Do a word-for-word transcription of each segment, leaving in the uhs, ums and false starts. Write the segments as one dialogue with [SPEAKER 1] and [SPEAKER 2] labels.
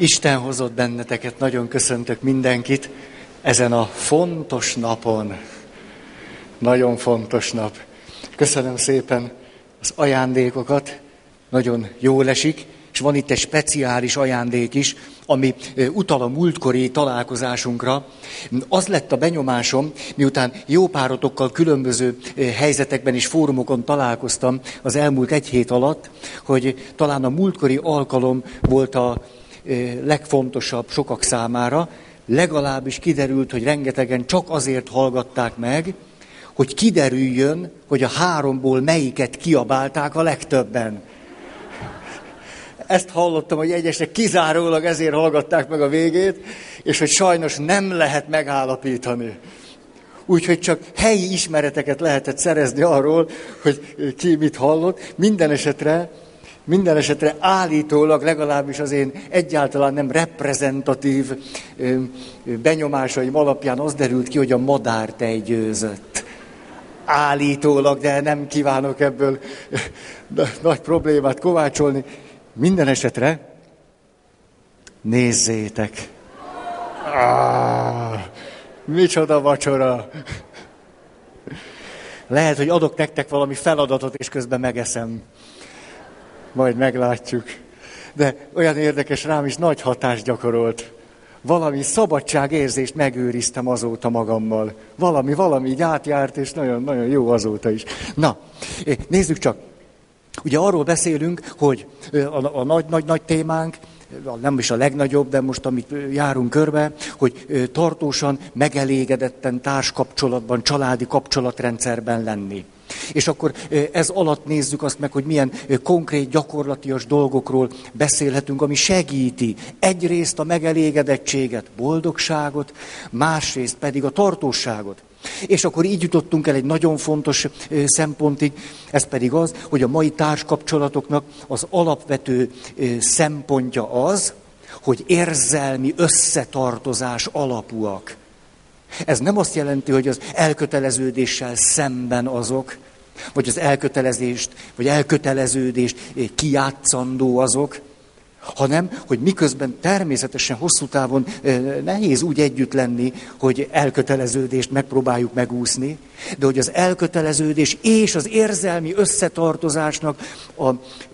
[SPEAKER 1] Isten hozott benneteket, nagyon köszöntök mindenkit ezen a fontos napon. Nagyon fontos nap. Köszönöm szépen az ajándékokat, nagyon jól esik, és van itt egy speciális ajándék is, ami utal a múltkori találkozásunkra. Az lett a benyomásom, miután jó párotokkal különböző helyzetekben és fórumokon találkoztam az elmúlt egy hét alatt, hogy talán a múltkori alkalom volt a legfontosabb sokak számára, legalábbis kiderült, hogy rengetegen csak azért hallgatták meg, hogy kiderüljön, hogy a háromból melyiket kiabálták a legtöbben. Ezt hallottam, hogy egyesek kizárólag ezért hallgatták meg a végét, és hogy sajnos nem lehet megállapítani. Úgyhogy csak helyi ismereteket lehetett szerezni arról, hogy ki mit hallott. Minden esetre, minden esetre állítólag legalábbis az én egyáltalán nem reprezentatív benyomásaim alapján az derült ki, hogy a madártej győzött. Állítólag, de nem kívánok ebből nagy problémát kovácsolni. Minden esetre nézzétek! Ah, micsoda vacsora! Lehet, hogy adok nektek valami feladatot, és közben megeszem. Majd meglátjuk. De olyan érdekes, rám is nagy hatást gyakorolt. Valami szabadságérzést megőriztem azóta magammal. Valami, valami így átjárt, és nagyon, nagyon jó azóta is. Na, nézzük csak. Ugye arról beszélünk, hogy a, a nagy, nagy, nagy témánk, nem is a legnagyobb, de most amit járunk körbe, hogy tartósan, megelégedetten társkapcsolatban, családi kapcsolatrendszerben lenni. És akkor ez alatt nézzük azt meg, hogy milyen konkrét, gyakorlatias dolgokról beszélhetünk, ami segíti egyrészt a megelégedettséget, boldogságot, másrészt pedig a tartóságot. És akkor így jutottunk el egy nagyon fontos szempontig, ez pedig az, hogy a mai társkapcsolatoknak az alapvető szempontja az, hogy érzelmi összetartozás alapúak. Ez nem azt jelenti, hogy az elköteleződéssel szemben azok, vagy az elkötelezést, vagy elköteleződést kijátszandó azok, hanem, hogy miközben természetesen hosszú távon nehéz úgy együtt lenni, hogy elköteleződést megpróbáljuk megúszni, de hogy az elköteleződés és az érzelmi összetartozásnak a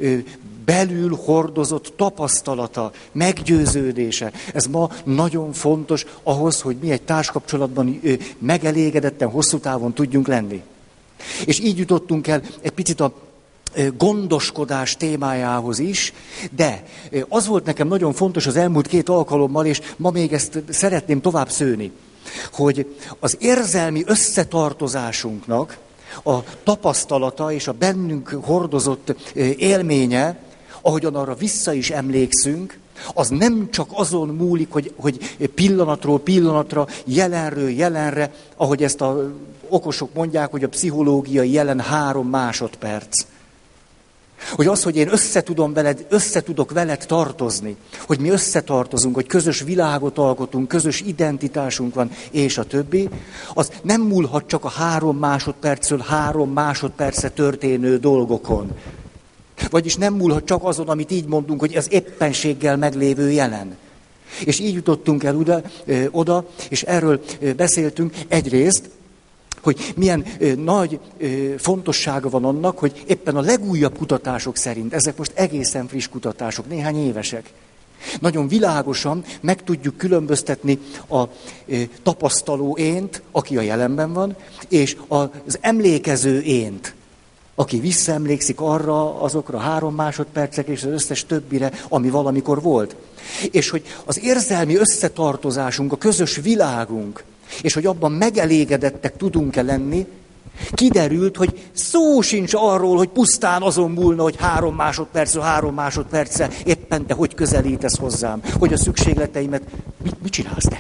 [SPEAKER 1] belül hordozott tapasztalata, meggyőződése. Ez ma nagyon fontos ahhoz, hogy mi egy társkapcsolatban megelégedetten, hosszú távon tudjunk lenni. És így jutottunk el egy picit a gondoskodás témájához is, de az volt nekem nagyon fontos az elmúlt két alkalommal, és ma még ezt szeretném tovább szőni, hogy az érzelmi összetartozásunknak a tapasztalata és a bennünk hordozott élménye, ahogyan arra vissza is emlékszünk, az nem csak azon múlik, hogy, hogy pillanatról pillanatra, jelenről jelenre, ahogy ezt a okosok mondják, hogy a pszichológiai jelen három másodperc. Hogy az, hogy én összetudom veled, összetudok veled tartozni, hogy mi összetartozunk, hogy közös világot alkotunk, közös identitásunk van, és a többi, az nem múlhat csak a három másodpercről három másodperce történő dolgokon. Vagyis nem múlhat csak azon, amit így mondunk, hogy ez éppenséggel meglévő jelen. És így jutottunk el oda, oda és erről beszéltünk egyrészt, hogy milyen ö, nagy ö, fontossága van annak, hogy éppen a legújabb kutatások szerint, ezek most egészen friss kutatások, néhány évesek, nagyon világosan meg tudjuk különböztetni a ö, tapasztaló ént, aki a jelenben van, és az emlékező ént, aki visszaemlékszik arra, azokra három másodpercek és az összes többire, ami valamikor volt. És hogy az érzelmi összetartozásunk, a közös világunk, és hogy abban megelégedettek tudunk-e lenni, kiderült, hogy szó sincs arról, hogy pusztán azon múlna, hogy három másodpercre, három másodpercre éppen te hogy közelítesz hozzám, hogy a szükségleteimet... Mit, mit csinálsz te?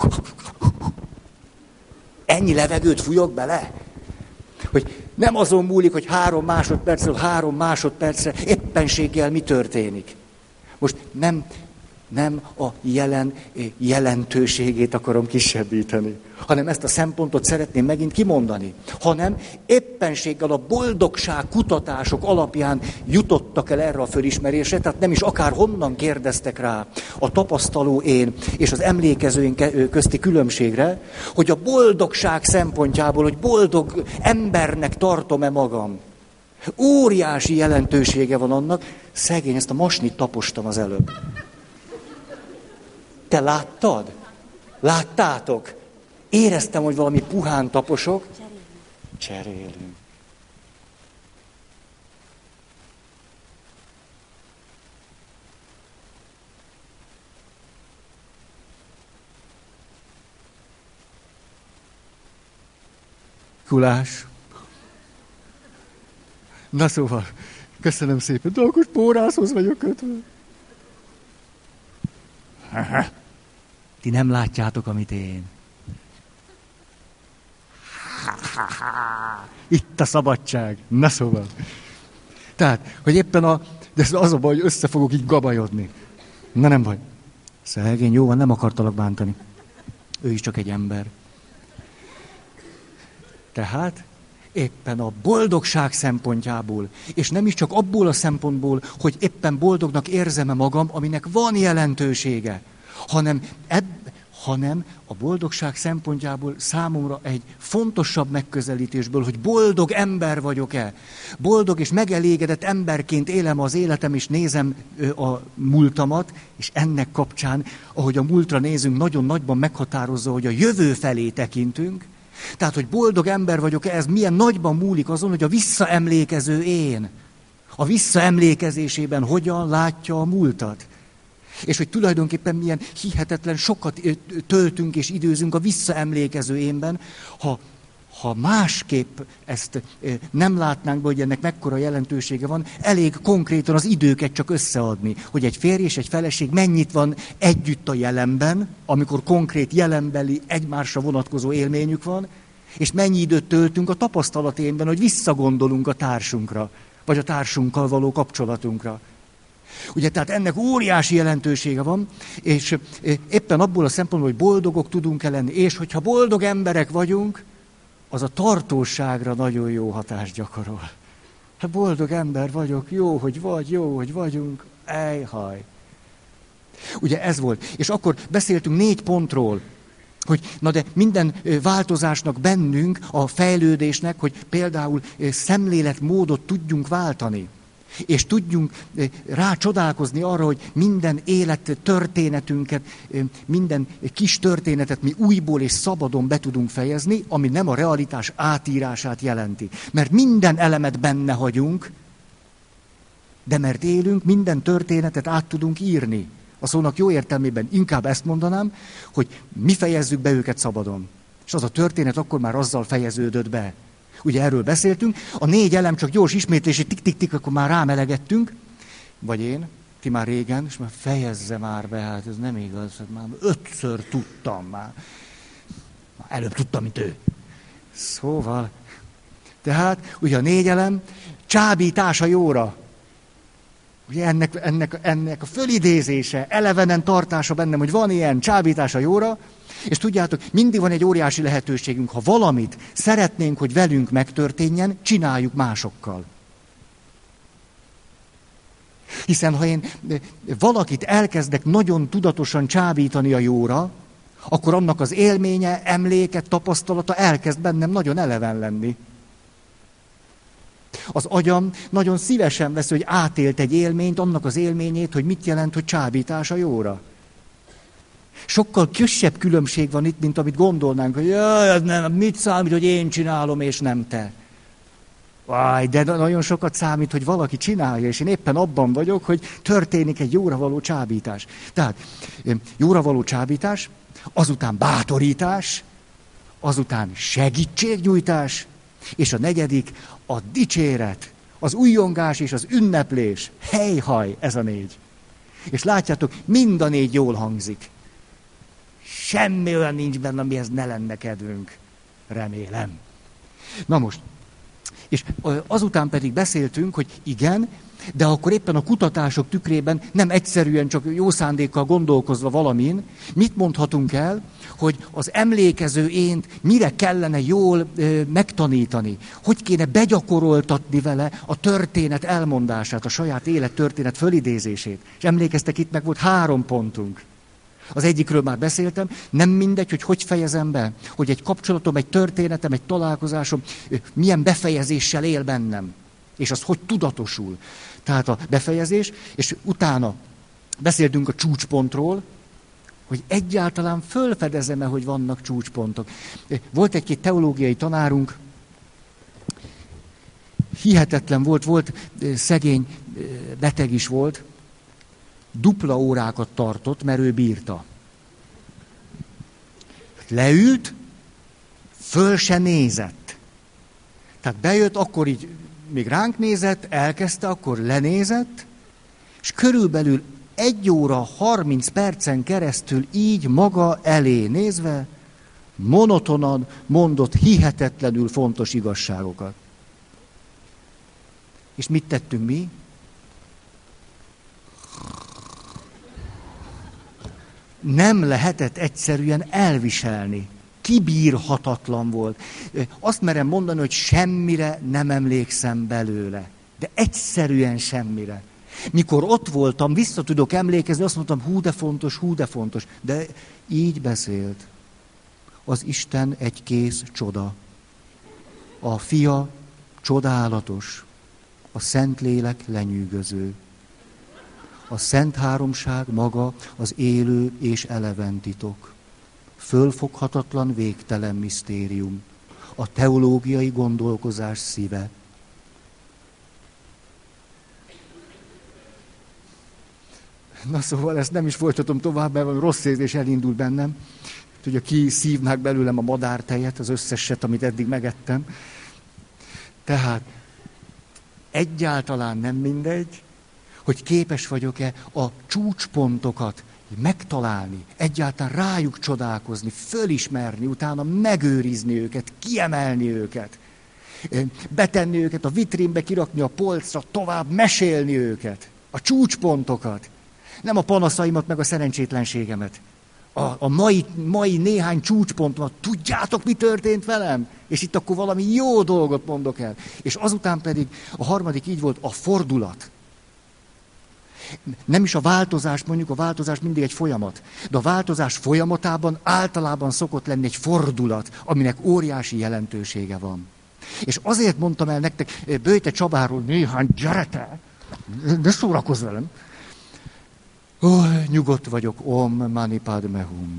[SPEAKER 1] Ennyi levegőt fújok bele? Hogy nem azon múlik, hogy három másodpercről három másodpercre éppenséggel mi történik. Most nem Nem a jelen jelentőségét akarom kisebbíteni, hanem ezt a szempontot szeretném megint kimondani. Hanem éppenséggel a boldogság kutatások alapján jutottak el erre a fölismerésre, tehát nem is akár honnan kérdeztek rá a tapasztaló én és az emlékező én közti különbségre, hogy a boldogság szempontjából, hogy boldog embernek tartom-e magam. Óriási jelentősége van annak, szegény, ezt a masnit tapostam az előbb. Te láttad? Láttátok? Éreztem, hogy valami puhán taposok. Cserélünk. Kulás. Na szóval, köszönöm szépen, de akkor pórászhoz vagyok kötve. Ti nem látjátok, amit én. Itt a szabadság. Na szóval. Tehát, hogy éppen a... De ez az a baj, hogy össze fogok így gabajodni. Na nem baj. Szegény, jó van, nem akartalak bántani. Ő is csak egy ember. Tehát éppen a boldogság szempontjából, és nem is csak abból a szempontból, hogy éppen boldognak érzem-e magam, aminek van jelentősége, hanem, ebb, hanem a boldogság szempontjából számomra egy fontosabb megközelítésből, hogy boldog ember vagyok-e. Boldog és megelégedett emberként élem az életem, és nézem a múltamat, és ennek kapcsán, ahogy a múltra nézünk, nagyon nagyban meghatározza, hogy a jövő felé tekintünk. Tehát, hogy boldog ember vagyok-e, ez milyen nagyban múlik azon, hogy a visszaemlékező én, a visszaemlékezésében hogyan látja a múltat. És hogy tulajdonképpen milyen hihetetlen sokat töltünk és időzünk a visszaemlékező énben, ha, ha másképp ezt nem látnánk be, hogy ennek mekkora jelentősége van, elég konkrétan az időket csak összeadni, hogy egy férj és egy feleség mennyit van együtt a jelenben, amikor konkrét jelenbeli egymásra vonatkozó élményük van, és mennyi időt töltünk a tapasztalaténben, hogy visszagondolunk a társunkra, vagy a társunkkal való kapcsolatunkra. Ugye, tehát ennek óriási jelentősége van, és éppen abból a szempontból, hogy boldogok tudunk-e lenni, és hogyha boldog emberek vagyunk, az a tartóságra nagyon jó hatást gyakorol. Hát boldog ember vagyok, jó, hogy vagy, jó, hogy vagyunk, ejhaj. Ugye ez volt. És akkor beszéltünk négy pontról, hogy na de minden változásnak bennünk, a fejlődésnek, hogy például szemléletmódot tudjunk váltani. És tudjunk rá csodálkozni arra, hogy minden élet történetünket, minden kis történetet mi újból és szabadon be tudunk fejezni, ami nem a realitás átírását jelenti. Mert minden elemet benne hagyunk, de mert élünk, minden történetet át tudunk írni. A szónak jó értelmében inkább ezt mondanám, hogy mi fejezzük be őket szabadon. És az a történet akkor már azzal fejeződött be. Ugye erről beszéltünk, a négy elem csak gyors ismétlés, tik-tik-tik, akkor már rámelegettünk, vagy én, ti már régen, és már fejezze már be, hát ez nem igaz, hát már ötször tudtam már. Előbb tudtam, mint ő. Szóval, tehát ugye a négy elem csábítás a jóra. Ugye ennek, ennek, ennek a fölidézése, elevenen tartása bennem, hogy van ilyen csábítás a jóra, és tudjátok, mindig van egy óriási lehetőségünk, ha valamit szeretnénk, hogy velünk megtörténjen, csináljuk másokkal. Hiszen ha én valakit elkezdek nagyon tudatosan csábítani a jóra, akkor annak az élménye, emléke, tapasztalata elkezd bennem nagyon eleven lenni. Az agyam nagyon szívesen vesz, hogy átélt egy élményt, annak az élményét, hogy mit jelent, hogy csábítás a jóra. Sokkal kisebb különbség van itt, mint amit gondolnánk, hogy jaj, nem, mit számít, hogy én csinálom, és nem te. Vaj, de nagyon sokat számít, hogy valaki csinálja, és én éppen abban vagyok, hogy történik egy jóra való csábítás. Tehát jóra való csábítás, azután bátorítás, azután segítségnyújtás, és a negyedik a dicséret, az újongás és az ünneplés. Hejhaj, ez a négy. És látjátok, mind a négy jól hangzik. Semmi olyan nincs benne, amihez ne lenne kedvünk. Remélem. Na most, és azután pedig beszéltünk, hogy igen, De akkor éppen a kutatások tükrében nem egyszerűen csak jó szándékkal gondolkozva valamin, mit mondhatunk el, hogy az emlékező ént mire kellene jól ö, megtanítani, hogy kéne begyakoroltatni vele a történet elmondását, a saját élettörténet fölidézését. És emlékeztek, itt meg volt három pontunk. Az egyikről már beszéltem, nem mindegy, hogy hogy fejezem be, hogy egy kapcsolatom, egy történetem, egy találkozásom milyen befejezéssel él bennem, és az hogy tudatosul. Tehát a befejezés, és utána beszéltünk a csúcspontról, hogy egyáltalán fölfedezem-e, hogy vannak csúcspontok. Volt egy-két teológiai tanárunk, hihetetlen volt, volt szegény, beteg is volt, dupla órákat tartott, mert ő bírta. Leült, föl se nézett. Tehát bejött, akkor így még ránk nézett, elkezdte, akkor lenézett, és körülbelül egy óra, harminc percen keresztül így maga elé nézve, monotonan mondott hihetetlenül fontos igazságokat. És mit tettünk mi? Nem lehetett egyszerűen elviselni. Kibírhatatlan volt. Azt merem mondani, hogy semmire nem emlékszem belőle. De egyszerűen semmire. Mikor ott voltam, vissza tudok emlékezni, azt mondtam, hú de fontos, hú de fontos. De így beszélt. Az Isten egy kész csoda. A Fia csodálatos. A Szentlélek lenyűgöző. A Szent Háromság maga az élő és eleven titok. Fölfoghatatlan végtelen misztérium. A teológiai gondolkozás szíve. Na szóval ezt nem is folytatom tovább, mert valami rossz érzés elindul bennem. Ugye ki szívnák belőlem a madártejet, az összeset, amit eddig megettem. Tehát egyáltalán nem mindegy, hogy képes vagyok-e a csúcspontokat megtalálni, egyáltalán rájuk csodálkozni, fölismerni, utána megőrizni őket, kiemelni őket, betenni őket a vitrínbe, kirakni a polcra, tovább mesélni őket, a csúcspontokat, nem a panaszaimat, meg a szerencsétlenségemet. A, a mai, mai néhány csúcspontomat, tudjátok, mi történt velem? És itt akkor valami jó dolgot mondok el. És azután pedig a harmadik így volt, a fordulat. Nem is a változás, mondjuk a változás mindig egy folyamat, de a változás folyamatában általában szokott lenni egy fordulat, aminek óriási jelentősége van. És azért mondtam el nektek Böjte Csabáról néhány, gyere te, ne szórakozz velem. Ó, nyugodt vagyok, om mani padme hum.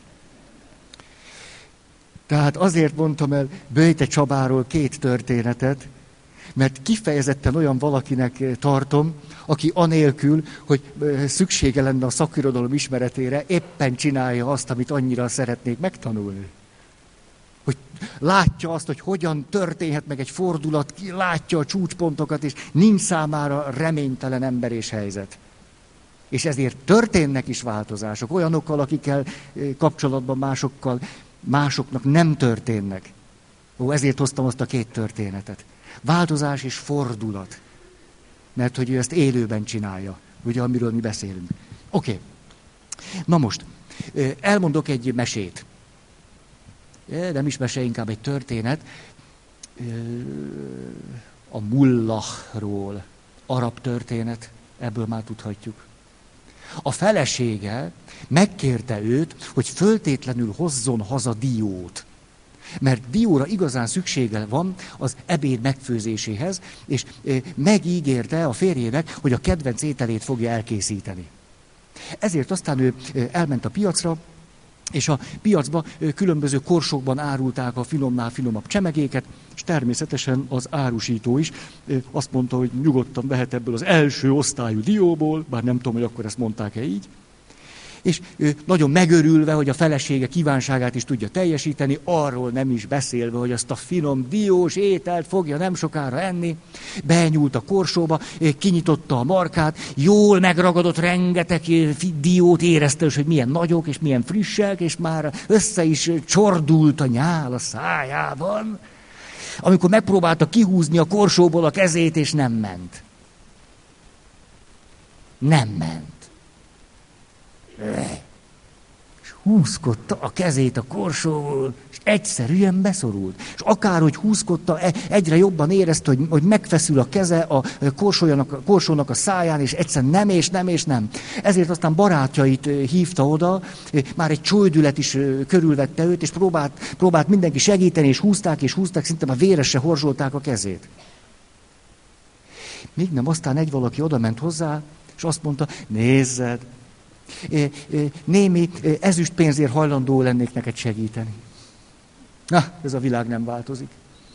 [SPEAKER 1] Tehát azért mondtam el Böjte Csabáról két történetet, mert kifejezetten olyan valakinek tartom, aki anélkül, hogy szüksége lenne a szakirodalom ismeretére, éppen csinálja azt, amit annyira szeretnék megtanulni. Hogy látja azt, hogy hogyan történhet meg egy fordulat, látja a csúcspontokat, és nincs számára reménytelen ember és helyzet. És ezért történnek is változások, olyanokkal, akikkel kapcsolatban másokkal, másoknak nem történnek. Ó, ezért hoztam azt a két történetet. Változás és fordulat. Mert hogy ő ezt élőben csinálja, ugye, amiről mi beszélünk. Oké. Okay. Na most, elmondok egy mesét. Nem is mese, inkább egy történet. A Mullahról. Arab történet, ebből már tudhatjuk. A felesége megkérte őt, hogy föltétlenül hozzon haza diót. Mert dióra igazán szüksége van az ebéd megfőzéséhez, és megígérte a férjének, hogy a kedvenc ételét fogja elkészíteni. Ezért aztán ő elment a piacra, és a piacba különböző korsókban árulták a finomnál finomabb csemegéket, és természetesen az árusító is azt mondta, hogy nyugodtan vehet ebből az első osztályú dióból, bár nem tudom, hogy akkor ezt mondták-e így. És ő nagyon megörülve, hogy a felesége kívánságát is tudja teljesíteni, arról nem is beszélve, hogy azt a finom diós ételt fogja nem sokára enni, benyúlt a korsóba, kinyitotta a markát, jól megragadott rengeteg diót, érezte, hogy milyen nagyok, és milyen frissek, és már össze is csordult a nyál a szájában, amikor megpróbálta kihúzni a korsóból a kezét, és nem ment. Nem ment. És húzkodta a kezét a korsóból, és egyszerűen beszorult. És akárhogy húzkodta, egyre jobban érezte, hogy, hogy megfeszül a keze a korsónak, a korsónak a száján, és egyszerűen nem és nem és nem. Ezért aztán barátjait hívta oda, már egy csődület is körülvette őt, és próbált, próbált mindenki segíteni, és húzták, és húzták, szinte már véresre horzsolták a kezét. Még nem, aztán egy valaki oda ment hozzá, és azt mondta, nézzed, némi ezüstpénzért hajlandó lennék neked segíteni. Na, ez a világ nem változik.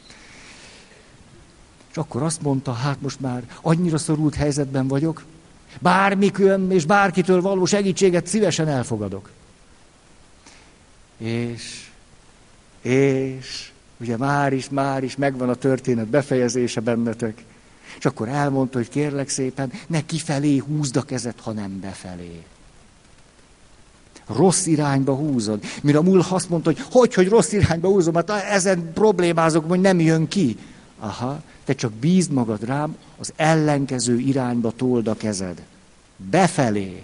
[SPEAKER 1] És akkor azt mondta, hát most már annyira szorult helyzetben vagyok, bármikön és bárkitől való segítséget szívesen elfogadok. És, és, ugye már is, már is megvan a történet befejezése bennetek. És akkor elmondta, hogy kérlek szépen, ne kifelé húzd a kezed, hanem befelé. Rossz irányba húzod. Mire a múl azt mondta, hogy hogy, hogy rossz irányba húzom, hát ezen problémázok, hogy nem jön ki. Aha, te csak bízd magad rám, az ellenkező irányba told a kezed. Befelé.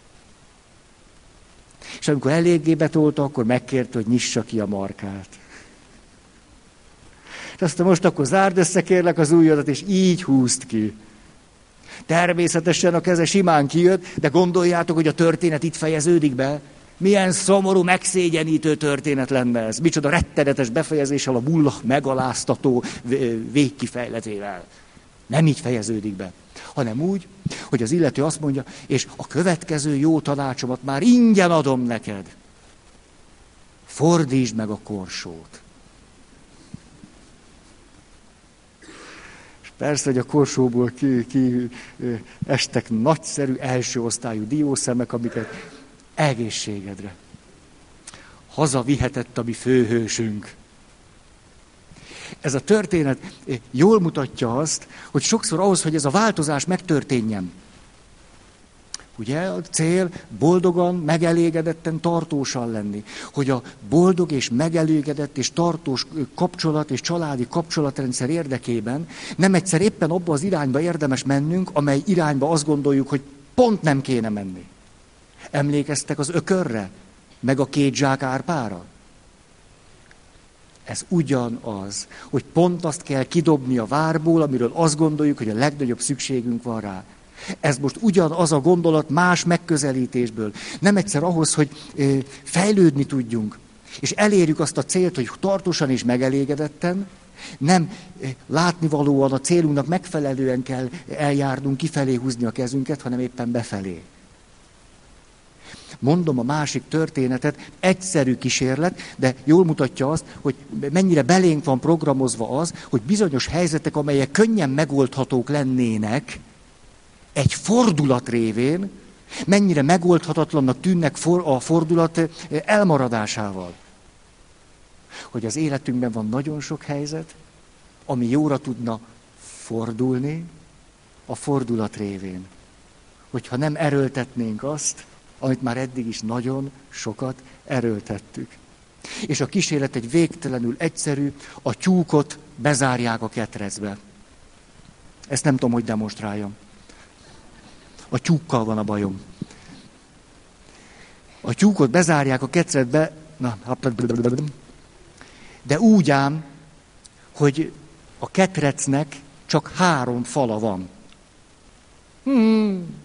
[SPEAKER 1] És amikor eléggé betolta, akkor megkérte, hogy nyissa ki a markát. És aztán most akkor zárd össze, kérlek, az ujjadat, és így húzd ki. Természetesen a keze simán kijött, de gondoljátok, hogy a történet itt fejeződik be? Milyen szomorú, megszégyenítő történet lenne ez. Micsoda rettenetes befejezéssel, a bulla megaláztató végkifejletével. Nem így fejeződik be, hanem úgy, hogy az illető azt mondja, és a következő jó tanácsomat már ingyen adom neked. Fordítsd meg a korsót. Persze, hogy a korsóból ki, ki estek nagyszerű, első osztályú diószemek, amiket egészségedre. Hazavihetett a mi főhősünk. Ez a történet jól mutatja azt, hogy sokszor ahhoz, hogy ez a változás megtörténjen, ugye a cél boldogan, megelégedetten, tartósan lenni. Hogy a boldog és megelégedett és tartós kapcsolat és családi kapcsolatrendszer érdekében nem egyszer éppen abba az irányba érdemes mennünk, amely irányba azt gondoljuk, hogy pont nem kéne menni. Emlékeztek az ökörre? Meg a két zsák árpára? Ez ugyanaz, hogy pont azt kell kidobni a várból, amiről azt gondoljuk, hogy a legnagyobb szükségünk van rá. Ez most ugyanaz a gondolat más megközelítésből. Nem egyszer ahhoz, hogy fejlődni tudjunk, és elérjük azt a célt, hogy tartósan és megelégedetten, nem látnivalóan a célunknak megfelelően kell eljárnunk, kifelé húzni a kezünket, hanem éppen befelé. Mondom a másik történetet, egyszerű kísérlet, de jól mutatja azt, hogy mennyire belénk van programozva az, hogy bizonyos helyzetek, amelyek könnyen megoldhatók lennének, egy fordulat révén mennyire megoldhatatlannak tűnnek a fordulat elmaradásával. Hogy az életünkben van nagyon sok helyzet, ami jóra tudna fordulni a fordulat révén. Hogyha nem erőltetnénk azt, amit már eddig is nagyon sokat erőltettük. És a kísérlet egy végtelenül egyszerű, a tyúkot bezárják a ketrecbe. Ezt nem tudom, hogy demonstráljam. A tyúkkal van a bajom. A tyúkot bezárják a ketrecbe, na, de úgy ám, hogy a ketrecnek csak három fala van. Hmm.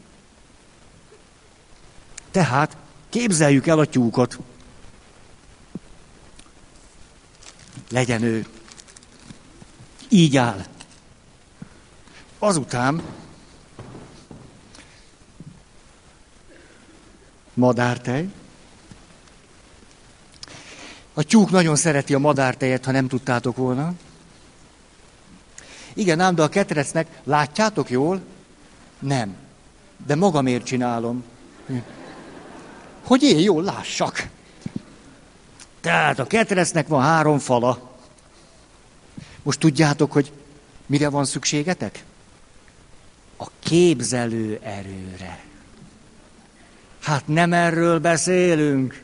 [SPEAKER 1] Tehát képzeljük el a tyúkot. Legyen ő. Így áll. Azután madártej. A tyúk nagyon szereti a madártejet, ha nem tudtátok volna. Igen, ám, de a ketrecnek, látjátok jól? Nem. De magamért csinálom. Hogy én jól lássak. Tehát a ketrecnek van három fala. Most tudjátok, hogy mire van szükségetek? A képzelő erőre. Hát nem erről beszélünk.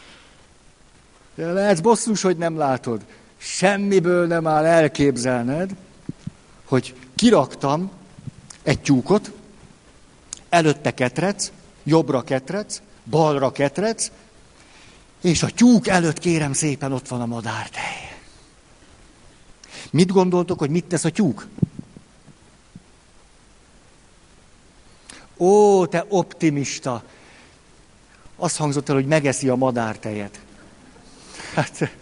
[SPEAKER 1] De lehetsz bosszus, hogy nem látod. Semmiből nem áll elképzelned, hogy kiraktam egy tyúkot, előtte ketrec, jobbra ketrec, balra ketrec, és a tyúk előtt kérem szépen ott van a madártej. Mit gondoltok, hogy mit tesz a tyúk? Ó, te optimista! Azt hangzott el, hogy megeszi a madártejet. Hát,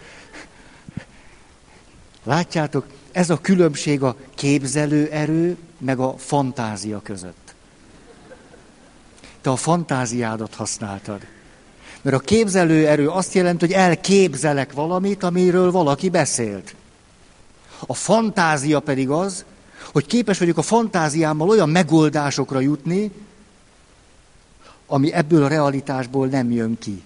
[SPEAKER 1] látjátok, ez a különbség a képzelőerő meg a fantázia között. Te a fantáziádat használtad. Mert a képzelőerő azt jelenti, hogy elképzelek valamit, amiről valaki beszélt. A fantázia pedig az, hogy képes vagyok a fantáziámmal olyan megoldásokra jutni, ami ebből a realitásból nem jön ki.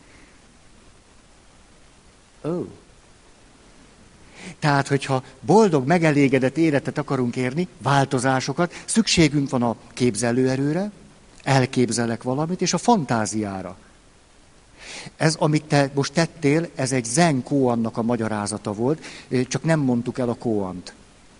[SPEAKER 1] Ó. Oh. Tehát, hogyha boldog, megelégedett életet akarunk érni, változásokat, szükségünk van a képzelőerőre, elképzelek valamit, és a fantáziára. Ez, amit te most tettél, ez egy zen koannak a magyarázata volt, csak nem mondtuk el a koant.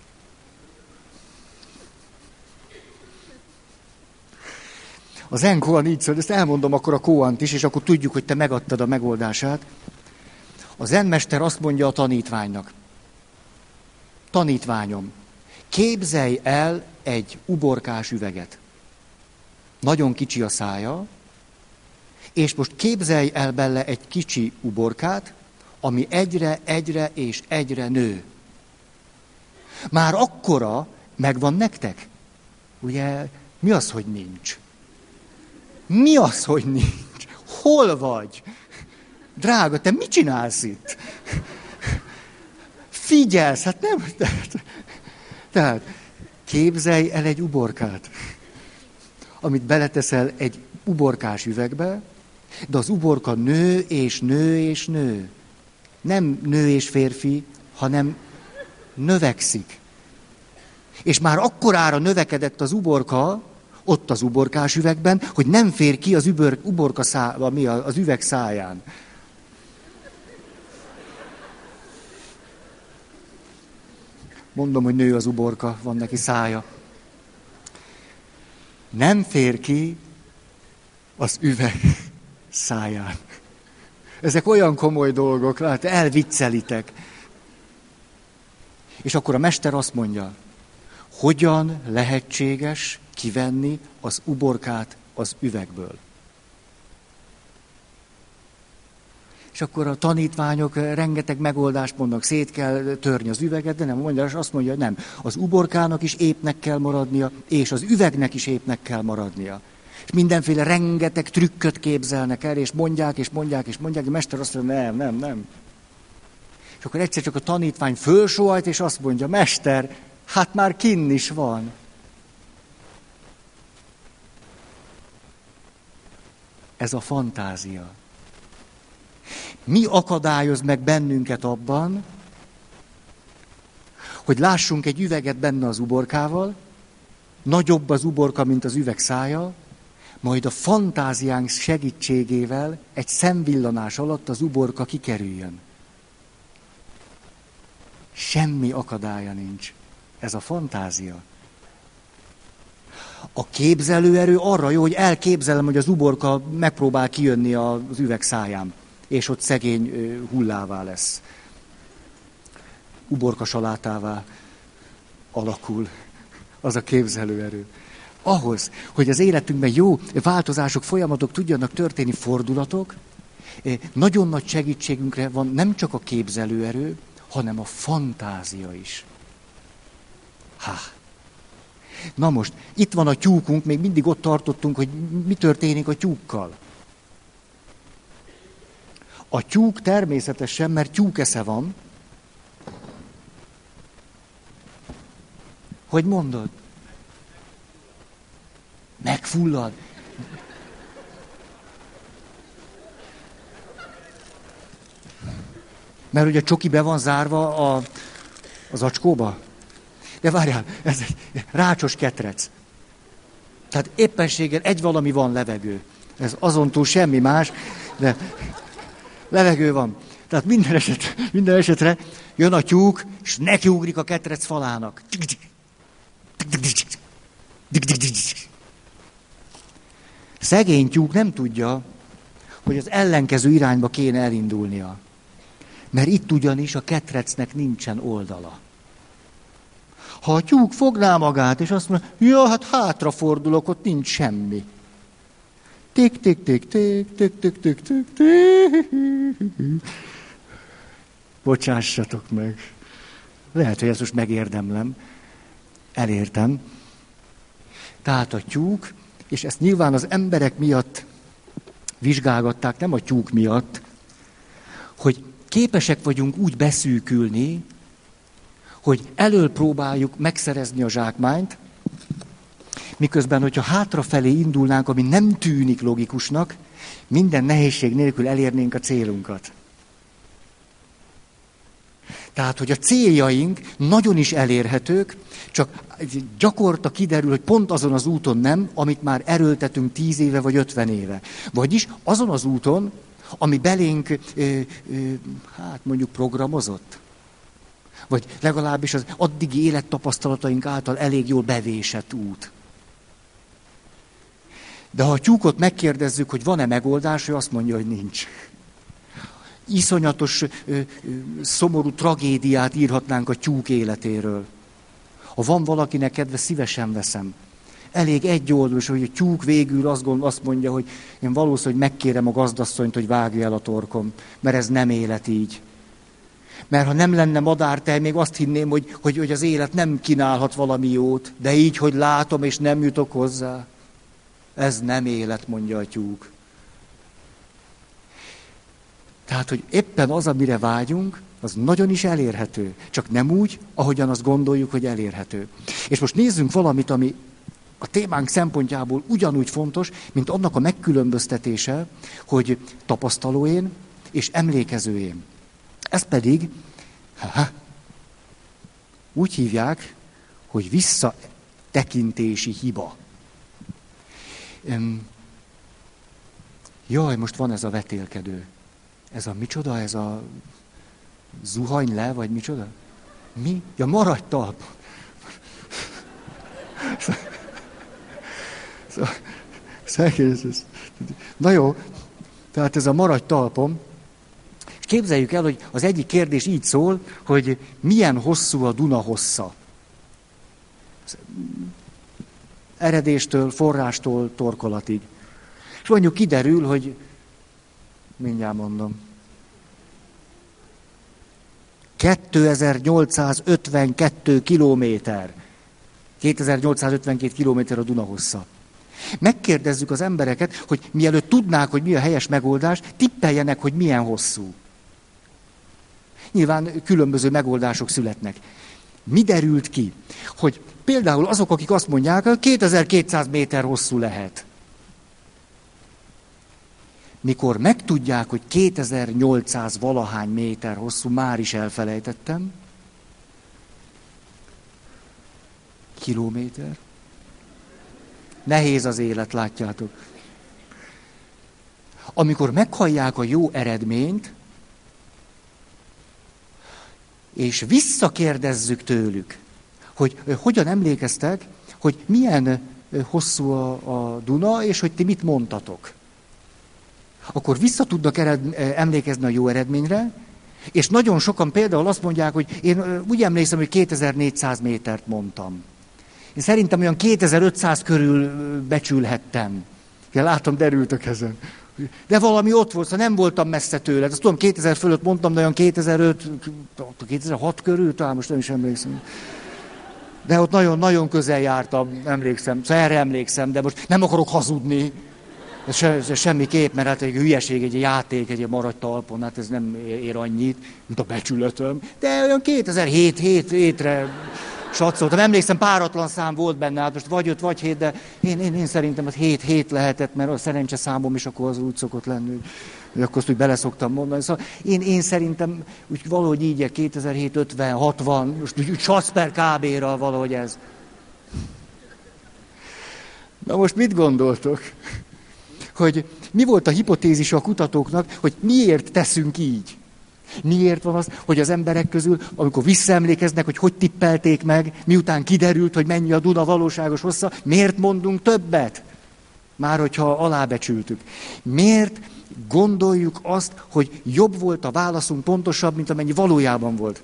[SPEAKER 1] A zen koan így szól, ezt elmondom akkor a koant is, és akkor tudjuk, hogy te megadtad a megoldását. A zenmester azt mondja a tanítványnak: tanítványom, képzelj el egy uborkás üveget. Nagyon kicsi a szája, és most képzelj el bele egy kicsi uborkát, ami egyre, egyre és egyre nő. Már akkora megvan nektek? Ugye, mi az, hogy nincs? Mi az, hogy nincs? Hol vagy? Drága, te mit csinálsz itt? Figyelsz, hát nem... Tehát, tehát képzelj el egy uborkát, amit beleteszel egy uborkás üvegbe, de az uborka nő és nő és nő. Nem nő és férfi, hanem növekszik. És már akkorára növekedett az uborka, ott az uborkás üvegben, hogy nem fér ki az übör, uborka szá, ami az üveg száján. Mondom, hogy nő az uborka, van neki szája. Nem fér ki az üveg száján. Ezek olyan komoly dolgok, lát, elviccelitek. És akkor a mester azt mondja, hogyan lehetséges kivenni az uborkát az üvegből. És akkor a tanítványok rengeteg megoldást mondnak, szét kell törni az üveget, de nem mondja, és azt mondja, hogy nem. Az uborkának is épnek kell maradnia, és az üvegnek is épnek kell maradnia. És mindenféle rengeteg trükköt képzelnek el, és mondják, és mondják, és mondják, és a mester azt mondja, nem, nem, nem. És akkor egyszer csak a tanítvány fölsóhajt, és azt mondja, mester, hát már kinn is van. Ez a fantázia. Mi akadályoz meg bennünket abban, hogy lássunk egy üveget benne az uborkával, nagyobb az uborka, mint az üveg szája, majd a fantáziánk segítségével egy szemvillanás alatt az uborka kikerüljön. Semmi akadálya nincs. Ez a fantázia. A képzelőerő arra jó, hogy elképzelem, hogy az uborka megpróbál kijönni az üveg száján, és ott szegény hullává lesz. Uborka salátává alakul. Az a képzelőerő. Ahhoz, hogy az életünkben jó változások, folyamatok tudjanak történni, fordulatok, nagyon nagy segítségünkre van nem csak a képzelőerő, hanem a fantázia is. Há. Na most, itt van a tyúkunk, még mindig ott tartottunk, hogy mi történik a tyúkkal. A tyúk természetesen, mert tyúkesze van. Hogy mondod? Megfullad. Mert ugye a csoki be van zárva a, az acskóba. De várjál, ez egy rácsos ketrec. Tehát éppenséggel egy valami van, levegő. Ez azon túl semmi más, de levegő van. Tehát minden esetre, minden esetre jön a tyúk, és nekiugrik a ketrec falának. Szegény tyúk nem tudja, hogy az ellenkező irányba kéne elindulnia. Mert itt ugyanis a ketrecnek nincsen oldala. Ha a tyúk fogná magát, és azt mondja, ja, hát hátrafordulok, ott nincs semmi. Tik, tik, tik, tik, tik, tik, tik, tik, tik. Bocsássatok meg. Lehet, hogy ezt most megérdemlem. Elértem. Tehát a tyúk, és ezt nyilván az emberek miatt vizsgálgatták, nem a tyúk miatt, hogy képesek vagyunk úgy beszűkülni, hogy elől próbáljuk megszerezni a zsákmányt, miközben, hogyha hátrafelé indulnánk, ami nem tűnik logikusnak, minden nehézség nélkül elérnénk a célunkat. Tehát, hogy a céljaink nagyon is elérhetők, csak gyakorta kiderül, hogy pont azon az úton nem, amit már erőltetünk tíz éve vagy ötven éve. Vagyis azon az úton, ami belénk, ö, ö, hát mondjuk programozott. Vagy legalábbis az addigi élettapasztalataink által elég jól bevésett út. De ha a tyúkot megkérdezzük, hogy van-e megoldás, ő azt mondja, hogy nincs. Iszonyatos, ö, ö, szomorú tragédiát írhatnánk a tyúk életéről. Ha van valakinek kedve, szívesen veszem. Elég egy oldalos, hogy a tyúk végül azt, gond, azt mondja, hogy én valószínűleg megkérem a gazdasszonyt, hogy vágja el a torkom, mert ez nem élet így. Mert ha nem lenne madártej, még azt hinném, hogy, hogy, hogy az élet nem kínálhat valami jót, de így, hogy látom és nem jutok hozzá, ez nem élet, mondja a tyúk. Tehát, hogy éppen az, amire vágyunk, az nagyon is elérhető. Csak nem úgy, ahogyan azt gondoljuk, hogy elérhető. És most nézzünk valamit, ami a témánk szempontjából ugyanúgy fontos, mint annak a megkülönböztetése, hogy tapasztalóén és emlékezőén. Ez pedig ha, úgy hívják, hogy visszatekintési hiba. Üm, jaj, most van ez a vetélkedő. Ez a micsoda, ez a zuhany le, vagy micsoda? Mi? Ja, maradj talpon. Na jó, tehát ez a maradj talpon. És képzeljük el, hogy az egyik kérdés így szól, hogy milyen hosszú a Duna hossza. Eredéstől, forrástól, torkolatig. És mondjuk kiderül, hogy mindjárt mondom. kétezer-nyolcszázötvenkettő kilométer. kétezer-nyolcszázötvenkét kilométer a Duna hossza. Megkérdezzük az embereket, hogy mielőtt tudnák, hogy mi a helyes megoldás, tippeljenek, hogy milyen hosszú. Nyilván különböző megoldások születnek. Mi derült ki? Hogy például azok, akik azt mondják, hogy kétezer-kétszáz méter hosszú lehet. Mikor megtudják, hogy kétezer-nyolcszáz valahány méter hosszú, már is elfelejtettem. Kilométer. Nehéz az élet, látjátok. Amikor meghallják a jó eredményt, és visszakérdezzük tőlük, hogy hogyan emlékeztek, hogy milyen hosszú a, a Duna, és hogy ti mit mondtatok. Akkor vissza tudnak ered, emlékezni a jó eredményre, és nagyon sokan például azt mondják, hogy én úgy emlékszem, hogy kétezer-négyszáz métert mondtam. Én szerintem olyan kétezer-ötszáz körül becsülhettem. Én látom, derültök ezen. De valami ott volt, szóval nem voltam messze tőle. Azt tudom, kétezer fölött mondtam, de olyan kétezer-öt, kétezer-hat körül, talán most nem is emlékszem. De ott nagyon-nagyon közel jártam, emlékszem. Szóval erre emlékszem, de most nem akarok hazudni. Ez, se, ez semmiképp, mert hát egy hülyeség, egy játék, egy maradj talpon, hát ez nem ér annyit, mint a becsületem. De olyan kétezer-hét hétre satszoltam. Emlékszem, páratlan szám volt benne, hát most vagy öt, vagy hét, de én, én, én szerintem az hét hét lehetett, mert a szerencse számom is akkor az úgy szokott lenni, hogy akkor azt úgy beleszoktam mondani. Szóval én, én szerintem úgy valahogy így, kétezer-hét ötven, hatvan, most úgy, úgy satsz per ká bé-ra valahogy ez. Na most mit gondoltok? Hogy mi volt a hipotézis a kutatóknak, hogy miért teszünk így? Miért van az, hogy az emberek közül, amikor visszaemlékeznek, hogy hogy tippelték meg, miután kiderült, hogy mennyi a Duna valóságos hossza, miért mondunk többet? Már hogyha alábecsültük. Miért gondoljuk azt, hogy jobb volt a válaszunk pontosabb, mint amennyi valójában volt?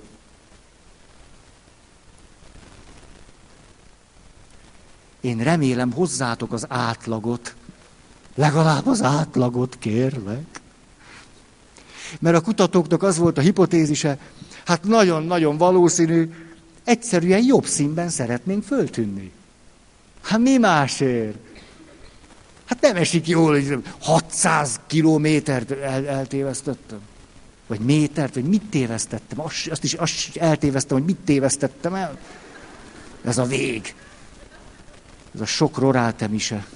[SPEAKER 1] Én remélem hozzátok az átlagot. Legalább az átlagot, kérlek. Mert a kutatóknak az volt a hipotézise, hát nagyon-nagyon valószínű, egyszerűen jobb színben szeretnénk föltűnni. Hát mi másért? Hát nem esik jól, hogy hatszáz kilométert el, eltévesztettem. Vagy métert, vagy mit tévesztettem. Azt, azt is azt eltévesztem, hogy mit tévesztettem el. Ez a vég. Ez a sok rorátemise.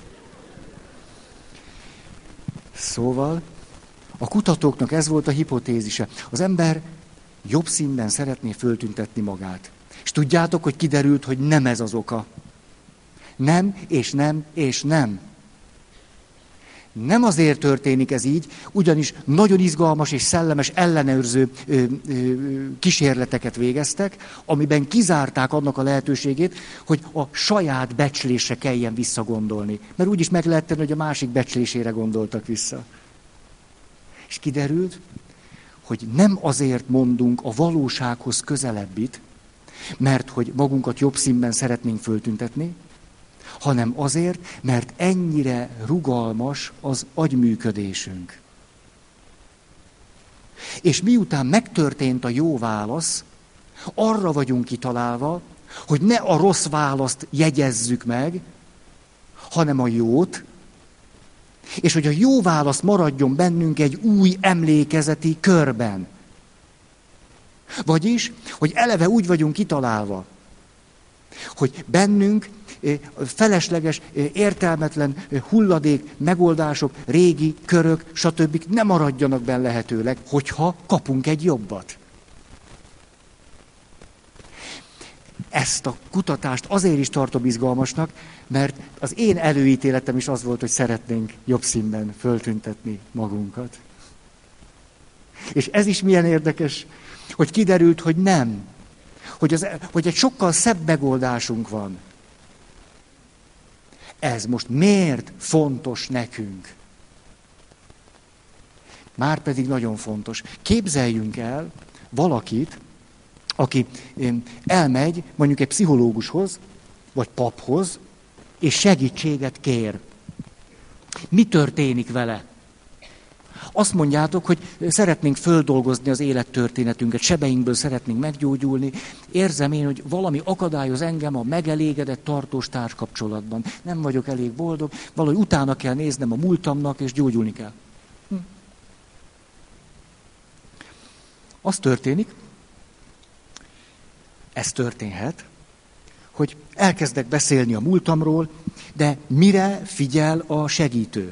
[SPEAKER 1] Szóval a kutatóknak ez volt a hipotézise. Az ember jobb színben szeretné föltüntetni magát. És tudjátok, hogy kiderült, hogy nem ez az oka. Nem, és nem, és nem. Nem azért történik ez így, ugyanis nagyon izgalmas és szellemes ellenőrző ö, ö, kísérleteket végeztek, amiben kizárták annak a lehetőségét, hogy a saját becslésre kelljen visszagondolni. Mert úgyis meg lehet tenni, hogy a másik becslésére gondoltak vissza. És kiderült, hogy nem azért mondunk a valósághoz közelebbit, mert hogy magunkat jobb színben szeretnénk föltüntetni, hanem azért, mert ennyire rugalmas az agyműködésünk. És miután megtörtént a jó válasz, arra vagyunk kitalálva, hogy ne a rossz választ jegyezzük meg, hanem a jót, és hogy a jó válasz maradjon bennünk egy új emlékezeti körben. Vagyis, hogy eleve úgy vagyunk kitalálva, hogy bennünk felesleges, értelmetlen hulladék, megoldások, régi körök, stb. Nem maradjanak benne lehetőleg, hogyha kapunk egy jobbat. Ezt a kutatást azért is tartom izgalmasnak, mert az én előítéletem is az volt, hogy szeretnénk jobb színben föltüntetni magunkat. És ez is milyen érdekes, hogy kiderült, hogy nem. Hogy, az, hogy egy sokkal szebb megoldásunk van. Ez most miért fontos nekünk? Márpedig nagyon fontos. Képzeljünk el valakit, aki elmegy mondjuk egy pszichológushoz, vagy paphoz, és segítséget kér. Mi történik vele? Azt mondjátok, hogy szeretnénk földolgozni az élettörténetünket, sebeinkből szeretnénk meggyógyulni. Érzem én, hogy valami akadályoz engem a megelégedett tartós társkapcsolatban. Nem vagyok elég boldog, valahogy utána kell néznem a múltamnak, és gyógyulni kell. Hm. Az történik, ez történhet, hogy elkezdek beszélni a múltamról, de mire figyel a segítő?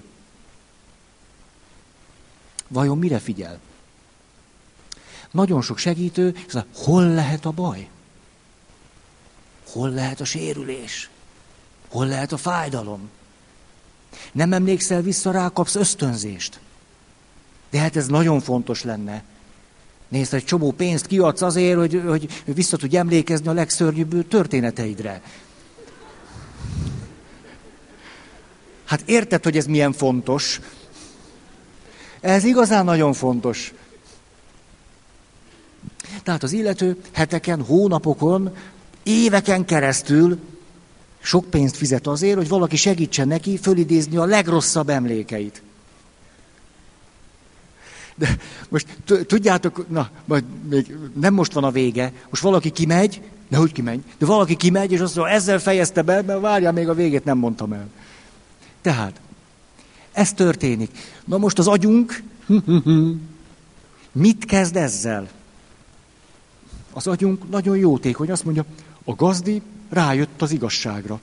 [SPEAKER 1] Vajon mire figyel? Nagyon sok segítő, hol lehet a baj? Hol lehet a sérülés? Hol lehet a fájdalom? Nem emlékszel vissza rá, kapsz ösztönzést. De hát ez nagyon fontos lenne. Nézd, egy csomó pénzt kiadsz azért, hogy, hogy vissza tudj emlékezni a legszörnyűbb történeteidre. Hát érted, hogy ez milyen fontos? Ez igazán nagyon fontos. Tehát az illető heteken, hónapokon, éveken keresztül sok pénzt fizet azért, hogy valaki segítsen neki fölidézni a legrosszabb emlékeit. De most tudjátok, na, majd még nem most van a vége, most valaki kimegy, de hogy kimegy, de valaki kimegy, és azt mondja, ezzel fejezte be, mert várjál, még a végét nem mondtam el. Tehát, ez történik. Na most az agyunk mit kezd ezzel? Az agyunk nagyon jótékony, azt mondja, a gazdi rájött az igazságra.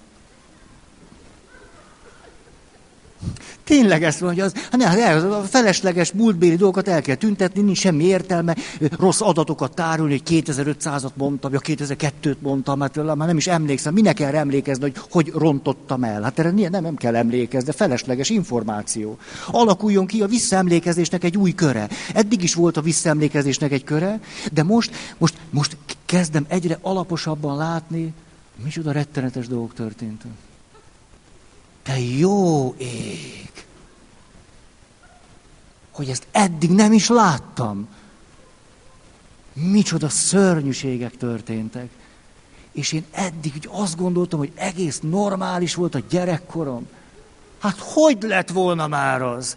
[SPEAKER 1] Tényleg ezt mondja, hogy az, hát ne, a felesleges múltbéli dolgokat el kell tüntetni, nincs semmi értelme, rossz adatokat tárolni, hogy kétezer-ötszázat mondtam, vagy kétezer-kettőt mondtam, hát már nem is emlékszem, minek kell emlékezni, hogy hogy rontottam el. Hát erre nem, nem kell emlékezni, de felesleges információ. Alakuljon ki a visszaemlékezésnek egy új köre. Eddig is volt a visszaemlékezésnek egy köre, de most, most, most kezdem egyre alaposabban látni, micsoda rettenetes dolgok történtek. te jó ég, hogy ezt eddig nem is láttam. Micsoda szörnyűségek történtek. És én eddig úgy azt gondoltam, hogy egész normális volt a gyerekkorom. Hát hogy lett volna már az?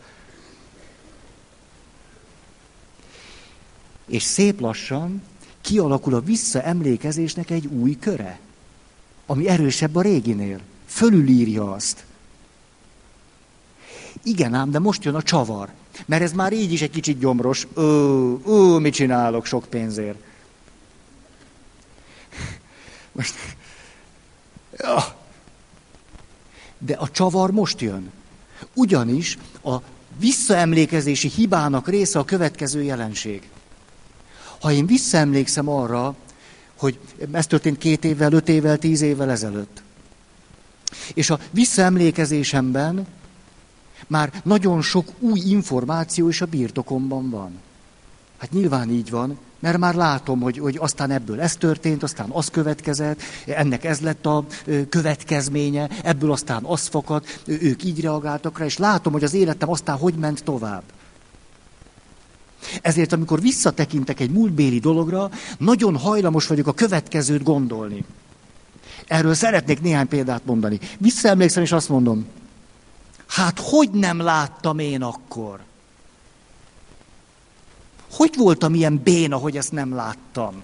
[SPEAKER 1] És szép lassan kialakul a visszaemlékezésnek egy új köre, ami erősebb a réginél. Fölülírja azt. Igen ám, de most jön a csavar. Mert ez már így is egy kicsit gyomros. Ó, ó, mit csinálok sok pénzért? Most... Ja. De a csavar most jön. Ugyanis a visszaemlékezési hibának része a következő jelenség. Ha én visszaemlékszem arra, hogy ez történt két évvel, öt évvel, tíz évvel ezelőtt, és a visszaemlékezésemben már nagyon sok új információ is a birtokomban van. Hát nyilván így van, mert már látom, hogy, hogy aztán ebből ez történt, aztán az következett, ennek ez lett a következménye, ebből aztán az fakadt, ők így reagáltak rá, és látom, hogy az életem aztán hogy ment tovább. Ezért, amikor visszatekintek egy múltbéli dologra, nagyon hajlamos vagyok a következőt gondolni. Erről szeretnék néhány példát mondani. Visszaemlékszem, és azt mondom, hát hogy nem láttam én akkor? Hogy voltam ilyen béna, hogy ezt nem láttam?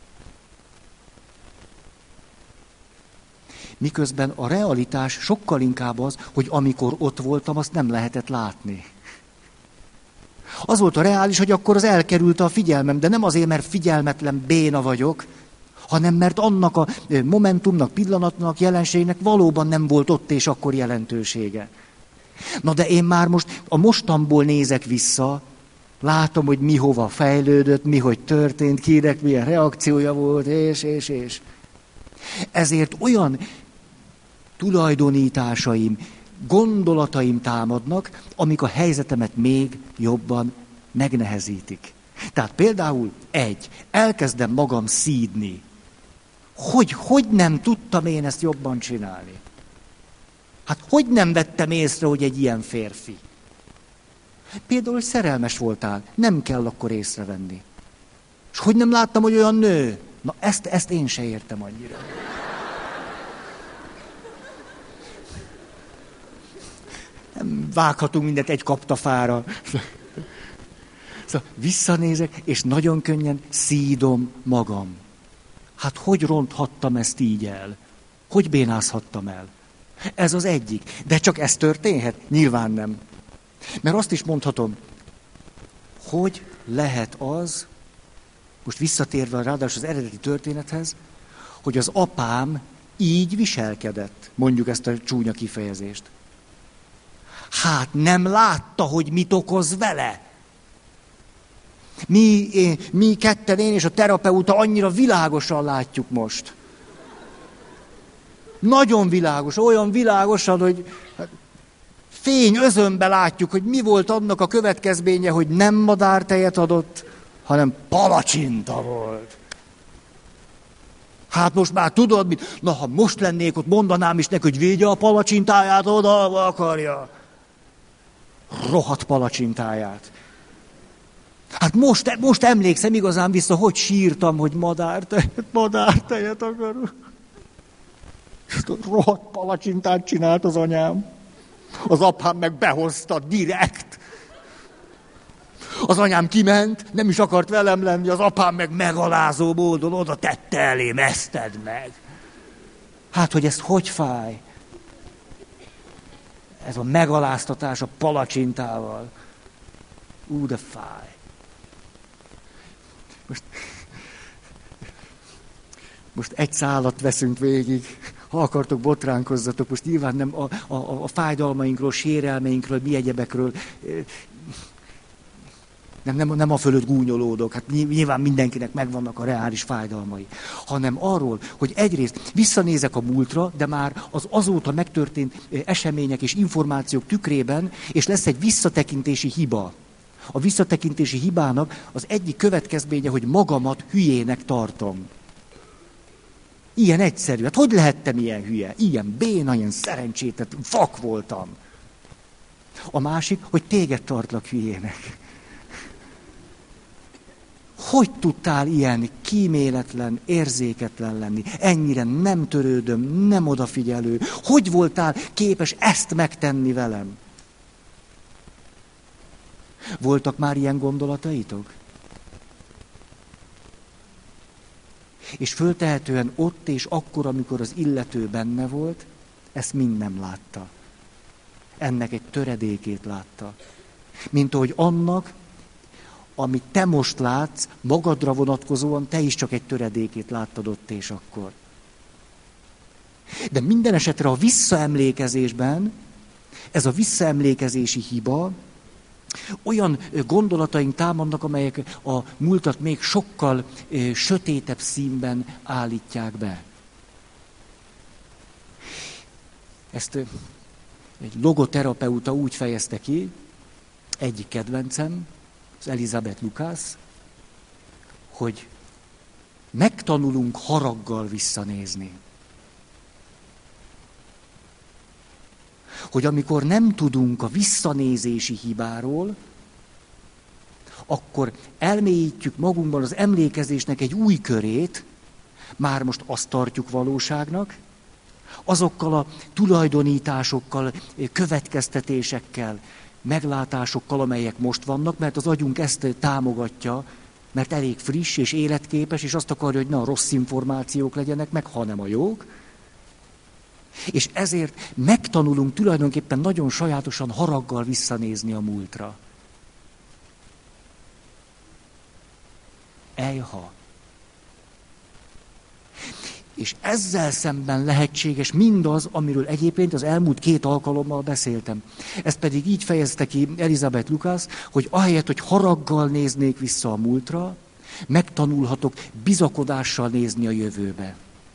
[SPEAKER 1] Miközben a realitás sokkal inkább az, hogy amikor ott voltam, azt nem lehetett látni. Az volt a reális, hogy akkor az elkerülte a figyelmem, de nem azért, mert figyelmetlen béna vagyok, hanem mert annak a momentumnak, pillanatnak, jelenségnek valóban nem volt ott és akkor jelentősége. Na de én már most a mostanból nézek vissza, látom, hogy mi hova fejlődött, mi hogy történt, kinek milyen reakciója volt, és, és, és. Ezért olyan tulajdonításaim, gondolataim támadnak, amik a helyzetemet még jobban megnehezítik. Tehát például egy, elkezdem magam szídni. Hogy, hogy nem tudtam én ezt jobban csinálni? Hát hogy nem vettem észre, hogy egy ilyen férfi? Például, hogy szerelmes voltál, nem kell akkor észrevenni. És hogy nem láttam, hogy olyan nő? Na ezt, ezt én se értem annyira. Nem vághatunk mindent egy kaptafára. Szóval visszanézek, és nagyon könnyen szídom magam. Hát hogy ronthattam ezt így el? Hogy bénázhattam el? Ez az egyik. De csak ez történhet? Nyilván nem. Mert azt is mondhatom, hogy lehet az, most visszatérve ráadásul az eredeti történethez, hogy az apám így viselkedett, mondjuk ezt a csúnya kifejezést. Hát nem látta, hogy mit okoz vele. Mi, én, mi ketten, én és a terapeuta annyira világosan látjuk most. Nagyon világos, olyan világosan, hogy fény özönbe látjuk, hogy mi volt annak a következménye, hogy nem madártejet adott, hanem palacsinta volt. Hát most már tudod mit? Na, ha most lennék ott, mondanám is neki, hogy vigye a palacsintáját oda, ahol akarja. Rohadt palacsintáját. Hát most, most emlékszem igazán vissza, hogy sírtam, hogy madártejet, madártejet akarok. Rohadt palacsintát csinált az anyám. Az apám meg behozta direkt. Az anyám kiment, nem is akart velem lenni, az apám meg megalázó módon oda tette elém, ezt tedd meg. Hát, hogy ez hogy fáj? Ez a megaláztatás a palacsintával. Ú, de fáj. Most, most egy szálat veszünk végig. Ha akartok, botránkozzatok. Most nyilván nem a, a, a fájdalmainkról, sérelmeinkről, mi egyebekről. Nem, nem, nem a fölött gúnyolódok, hát nyilván mindenkinek megvannak a reális fájdalmai, hanem arról, hogy egyrészt visszanézek a múltra, de már az azóta megtörtént események és információk tükrében, és lesz egy visszatekintési hiba. A visszatekintési hibának az egyik következménye, hogy magamat hülyének tartom. Ilyen egyszerű. Hát hogy lehettem ilyen hülye? Ilyen béna, ilyen szerencsétlen, vak voltam. A másik, hogy téged tartlak hülyének. Hogy tudtál ilyen kíméletlen, érzéketlen lenni? Ennyire nem törődöm, nem odafigyelő. Hogy voltál képes ezt megtenni velem? Voltak már ilyen gondolataitok? És föltehetően ott és akkor, amikor az illető benne volt, ezt mind nem látta. Ennek egy töredékét látta. Mint ahogy annak, amit te most látsz, magadra vonatkozóan te is csak egy töredékét láttad ott és akkor. De minden esetre a visszaemlékezésben, ez a visszaemlékezési hiba, olyan gondolataink támadnak, amelyek a múltat még sokkal ö, sötétebb színben állítják be. Ezt ö, egy logoterapeuta úgy fejezte ki, egyik kedvencem, az Elizabeth Lucas, hogy megtanulunk haraggal visszanézni. Hogy amikor nem tudunk a visszanézési hibáról, akkor elmélyítjük magunkban az emlékezésnek egy új körét, már most azt tartjuk valóságnak, azokkal a tulajdonításokkal, következtetésekkel, meglátásokkal, amelyek most vannak, mert az agyunk ezt támogatja, mert elég friss és életképes, és azt akarja, hogy ne a rossz információk legyenek meg, hanem a jók. És ezért megtanulunk tulajdonképpen nagyon sajátosan haraggal visszanézni a múltra. Ejha! És ezzel szemben lehetséges mindaz, amiről egyébként az elmúlt két alkalommal beszéltem. Ezt pedig így fejezte ki Elizabeth Lucas, hogy ahelyett, hogy haraggal néznék vissza a múltra, megtanulhatok bizakodással nézni a jövőbe.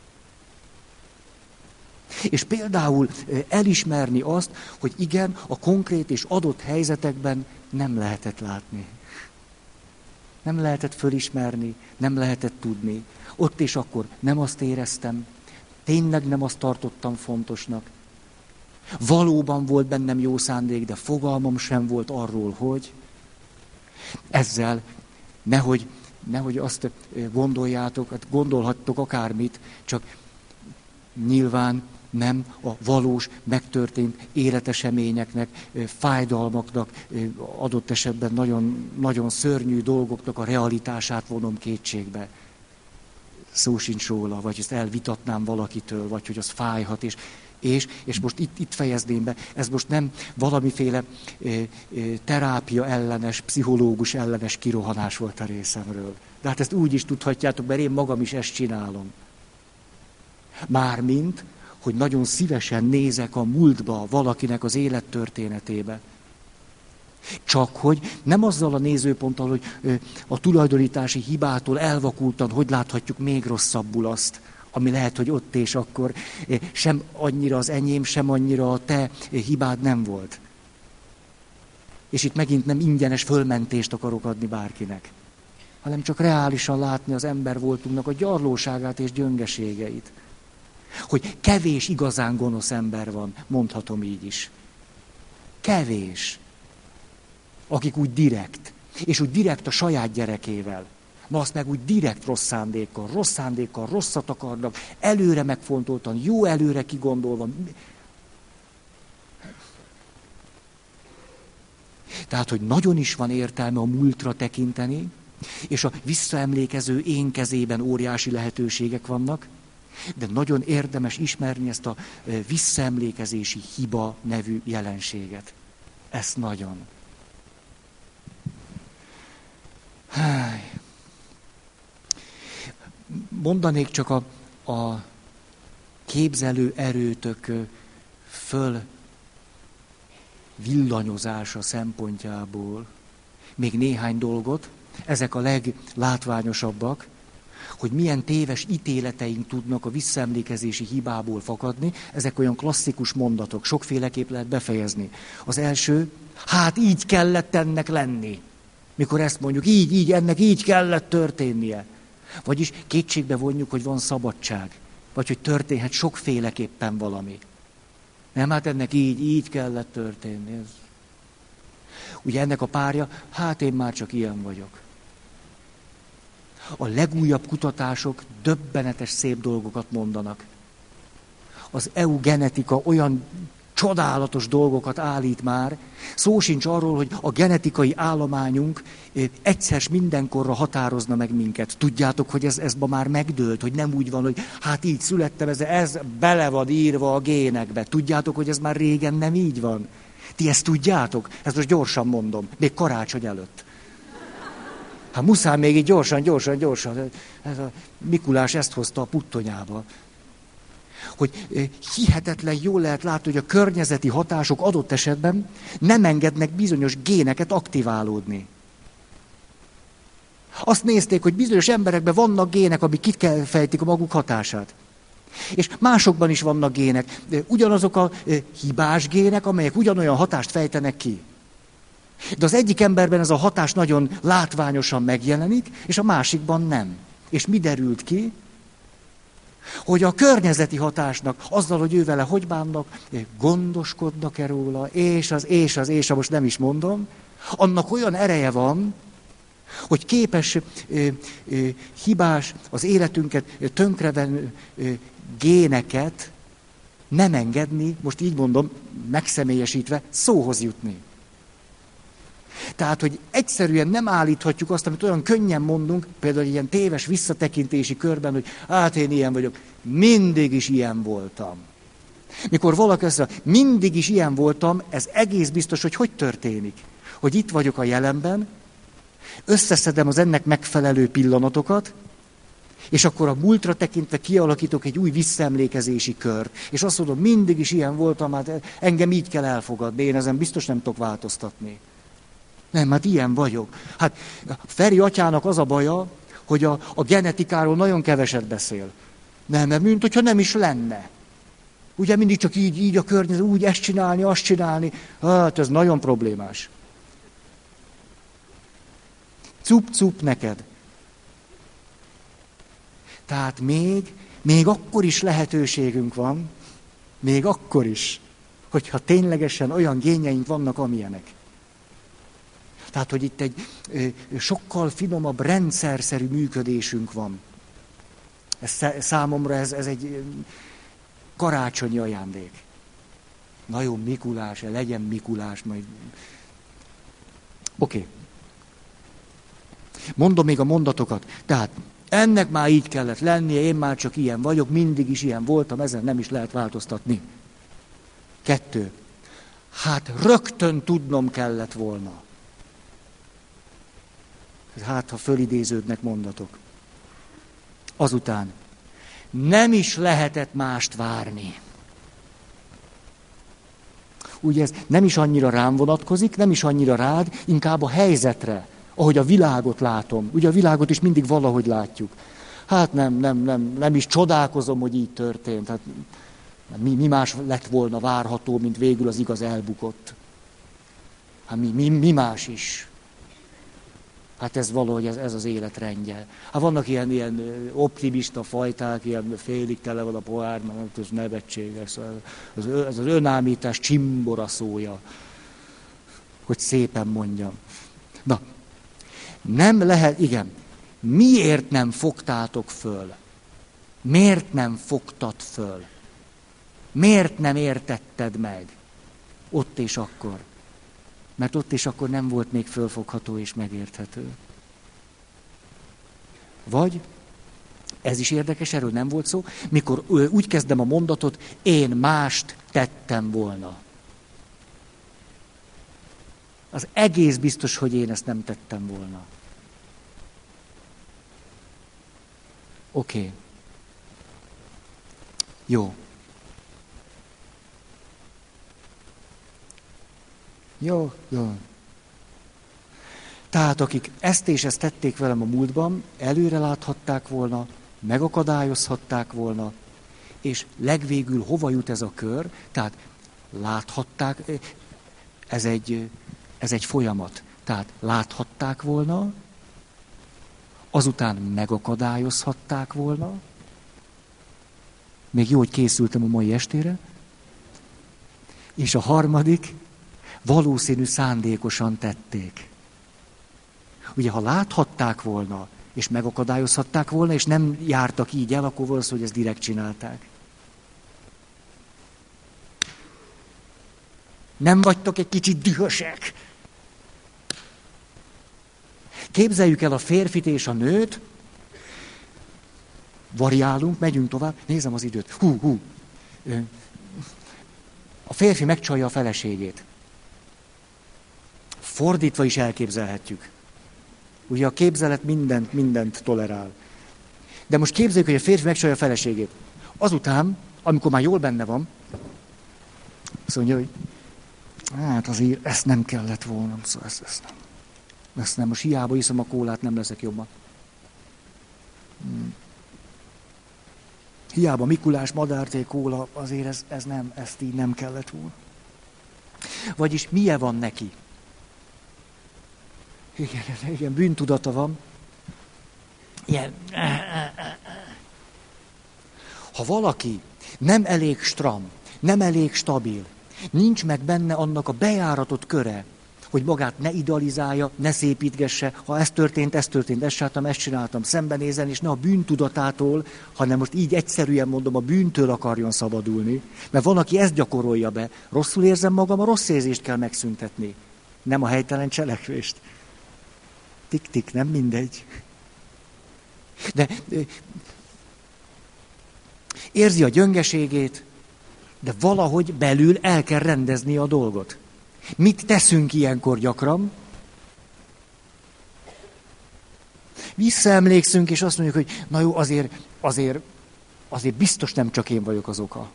[SPEAKER 1] És például elismerni azt, hogy igen, a konkrét és adott helyzetekben nem lehetett látni. Nem lehetett fölismerni, nem lehetett tudni. Ott és akkor nem azt éreztem, tényleg nem azt tartottam fontosnak. Valóban volt bennem jó szándék, de fogalmam sem volt arról, hogy ezzel nehogy, nehogy azt gondoljátok, hát gondolhattok akármit, csak nyilván nem a valós, megtörtént életeseményeknek, fájdalmaknak, adott esetben nagyon, nagyon szörnyű dolgoknak a realitását vonom kétségbe. Szó sincs róla, vagy ezt elvitatnám valakitől, vagy hogy az fájhat, és, és, és most itt, itt fejezném be, ez most nem valamiféle e, e, terápia ellenes, pszichológus ellenes kirohanás volt a részemről. De hát ezt úgy is tudhatjátok, mert én magam is ezt csinálom. Mármint, hogy nagyon szívesen nézek a múltba valakinek az élettörténetébe. Csak hogy nem azzal a nézőponttal, hogy a tulajdonítási hibától elvakultan, hogy láthatjuk még rosszabbul azt, ami lehet, hogy ott és akkor sem annyira az enyém, sem annyira a te hibád nem volt. És itt megint nem ingyenes fölmentést akarok adni bárkinek, hanem csak reálisan látni az ember voltunknak a gyarlóságát és gyöngeségeit. Hogy kevés igazán gonosz ember van, mondhatom így is. Kevés. Akik úgy direkt, és úgy direkt a saját gyerekével. Na azt meg úgy direkt rossz szándékkal, rossz szándékkal, rosszat akarnak, előre megfontoltan, jó előre kigondolva. Tehát, hogy nagyon is van értelme a múltra tekinteni, és a visszaemlékező én kezében óriási lehetőségek vannak, de nagyon érdemes ismerni ezt a visszaemlékezési hiba nevű jelenséget. Ezt nagyon. Mondanék csak a, a képzelő erőtök föl villanyozása szempontjából még néhány dolgot, ezek a leglátványosabbak, hogy milyen téves ítéleteink tudnak a visszaemlékezési hibából fakadni, ezek olyan klasszikus mondatok, sokféleképp lehet befejezni. Az első, hát így kellett ennek lenni. Mikor ezt mondjuk, így, így, ennek így kellett történnie. Vagyis kétségbe vonjuk, hogy van szabadság. Vagy hogy történhet sokféleképpen valami. Nem, hát ennek így, így kellett történni. Ez. Ugye ennek a párja, hát én már csak ilyen vagyok. A legújabb kutatások döbbenetes szép dolgokat mondanak. Az eugenetika olyan csodálatos dolgokat állít már. Szó sincs arról, hogy a genetikai állományunk egyszer mindenkorra határozna meg minket. Tudjátok, hogy ez, ez ma már megdőlt, hogy nem úgy van, hogy hát így születtem, ez, ez bele van írva a génekbe. Tudjátok, hogy ez már régen nem így van. Ti ezt tudjátok? Ezt most gyorsan mondom, még karácsony előtt. Hát muszáj még így gyorsan, gyorsan, gyorsan. Ez a Mikulás ezt hozta a puttonyába. Hogy hihetetlen jól lehet látni, hogy a környezeti hatások adott esetben nem engednek bizonyos géneket aktiválódni. Azt nézték, hogy bizonyos emberekben vannak gének, amik kifejtik a maguk hatását. És másokban is vannak gének. Ugyanazok a hibás gének, amelyek ugyanolyan hatást fejtenek ki. De az egyik emberben ez a hatás nagyon látványosan megjelenik, és a másikban nem. És mi derült ki? Hogy a környezeti hatásnak, azzal, hogy ő vele hogy bánnak, gondoskodnak-e róla, és az, és az, és az, most nem is mondom, annak olyan ereje van, hogy képes ö, ö, hibás, az életünket tönkrevenő ö, géneket nem engedni, most így mondom, megszemélyesítve, szóhoz jutni. Tehát, hogy egyszerűen nem állíthatjuk azt, amit olyan könnyen mondunk, például egy ilyen téves visszatekintési körben, hogy hát én ilyen vagyok, mindig is ilyen voltam. Mikor valaki azt mondja, mindig is ilyen voltam, ez egész biztos, hogy hogy történik. Hogy itt vagyok a jelenben, összeszedem az ennek megfelelő pillanatokat, és akkor a múltra tekintve kialakítok egy új visszaemlékezési kört. És azt mondom, mindig is ilyen voltam, hát engem így kell elfogadni, én ezen biztos nem tudok változtatni. Nem, hát ilyen vagyok. Hát Feri atyának az a baja, hogy a, a genetikáról nagyon keveset beszél. Nem, mert mint hogyha nem is lenne. Ugye mindig csak így, így a környezet, úgy ezt csinálni, azt csinálni. Hát ez nagyon problémás. Cup-cup neked. Tehát még, még akkor is lehetőségünk van, még akkor is, hogyha ténylegesen olyan génjeink vannak, amilyenek. Tehát, hogy itt egy ö, sokkal finomabb, rendszerszerű működésünk van. Ez, számomra ez, ez egy ö, karácsonyi ajándék. Na jó, Mikulás, legyen Mikulás, majd... Oké. Okay. Mondom még a mondatokat. Tehát ennek már így kellett lennie, én már csak ilyen vagyok, mindig is ilyen voltam, ezen nem is lehet változtatni. Kettő. Hát rögtön tudnom kellett volna. Hát, ha fölidéződnek mondatok. Azután nem is lehetett mást várni. Ugye ez nem is annyira rám vonatkozik, nem is annyira rád, inkább a helyzetre, ahogy a világot látom. Ugye a világot is mindig valahogy látjuk. Hát nem, nem, nem, nem is csodálkozom, hogy így történt. Hát mi, mi más lett volna várható, mint végül az igaz elbukott. Hát mi, mi, mi más is. Hát ez valahogy ez, ez az életrendje. Hát vannak ilyen, ilyen optimista fajták, ilyen félig tele van a pohár, mert ez nevetséges. Ez az, az önállítás csimbora szója, hogy szépen mondjam. Na, nem lehet, igen, miért nem fogtátok föl? Miért nem fogtad föl? Miért nem értetted meg? Ott és akkor. Mert ott és akkor nem volt még fölfogható és megérthető. Vagy, ez is érdekes, erről nem volt szó, mikor úgy kezdem a mondatot, én mást tettem volna. Az egész biztos, hogy én ezt nem tettem volna. Oké. Okay. Jó. Jó, jó. Tehát akik ezt és ezt tették velem a múltban, előre láthatták volna, megakadályozhatták volna, és legvégül hova jut ez a kör? Tehát láthatták, ez egy, ez egy folyamat. Tehát láthatták volna, azután megakadályozhatták volna, Még jó, hogy készültem a mai estére. És a harmadik, valószínű szándékosan tették. Ugye, ha láthatták volna, és megakadályozhatták volna, és nem jártak így el, akkor valószínű, hogy ezt direkt csinálták. Nem vagytok egy kicsit dühösek? Képzeljük el a férfit és a nőt, variálunk, megyünk tovább, nézem az időt. Hú, hú. A férfi megcsalja a feleségét. Fordítva is elképzelhetjük. Ugye a képzelet mindent, mindent tolerál. De most képzeljük, hogy a férfi megcsalja a feleségét. Azután, amikor már jól benne van, azt mondja, hogy hát azért ezt nem kellett volna. Szóval ezt, ezt nem. Ezt nem. Most hiába iszom a kólát, nem leszek jobban. Hmm. Hiába Mikulás, madárté, kóla, azért ez, ez nem, ezt így nem kellett volna. Vagyis milyen van neki? Igen, igen, bűntudata van. Ilyen. Ha valaki nem elég stram, nem elég stabil, nincs meg benne annak a bejáratott köre, hogy magát ne idealizálja, ne szépítgesse, ha ez történt, ez történt, ezt csináltam, ezt csináltam, szembenézen, és ne a bűntudatától, hanem most így egyszerűen mondom, a bűntől akarjon szabadulni. Mert van, aki ezt gyakorolja be. Rosszul érzem magam, a rossz érzést kell megszüntetni. Nem a helytelen cselekvést. Tik-tik, nem mindegy. De érzi a gyöngeségét, de valahogy belül el kell rendezni a dolgot. Mit teszünk ilyenkor gyakran? Visszaemlékszünk, és azt mondjuk, hogy na jó, azért, azért, azért biztos nem csak én vagyok az oka.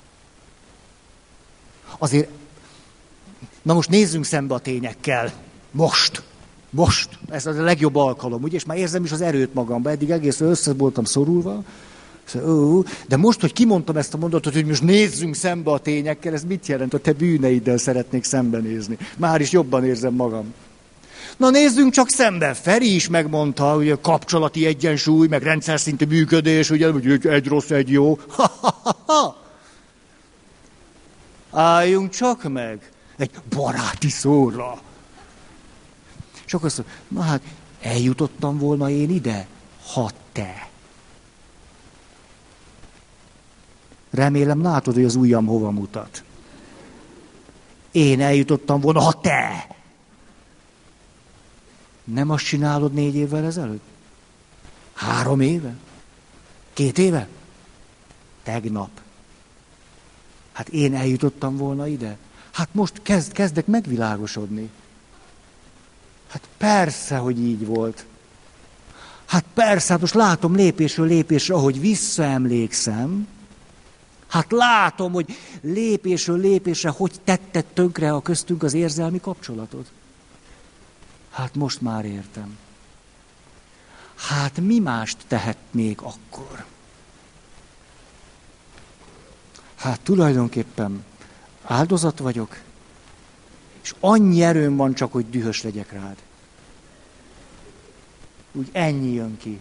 [SPEAKER 1] Azért, na most nézzünk szembe a tényekkel. Most. Most. Ez a legjobb alkalom, ugye? És már érzem is az erőt magamban. Eddig egész össze voltam szorulva. De most, hogy kimondtam ezt a mondatot, hogy most nézzünk szembe a tényekkel, ez mit jelent? A te bűneiddel szeretnék szembenézni. Már is jobban érzem magam. Na nézzünk csak szembe. Feri is megmondta, hogy a kapcsolati egyensúly, meg rendszer szintű működés, ugye, hogy egy rossz, egy jó. Álljunk csak meg egy baráti szóra. És akkor azt mondja, na hát eljutottam volna én ide, ha te. Remélem látod, hogy az ujjam hova mutat. Én eljutottam volna, ha te. Nem azt csinálod négy évvel ezelőtt? Három éve? Két éve? Tegnap. Hát én eljutottam volna ide. Hát most kezd, kezdek megvilágosodni. Hát persze, hogy így volt. Hát persze, hát most látom lépésről lépésre, ahogy visszaemlékszem, hát látom, hogy lépésről lépésre, hogy tetted tönkre a köztünk az érzelmi kapcsolatot. Hát most már értem. Hát mi mást tehetnék akkor? Hát tulajdonképpen áldozat vagyok, és annyi erőm van csak, hogy dühös legyek rád. Úgy ennyi jön ki.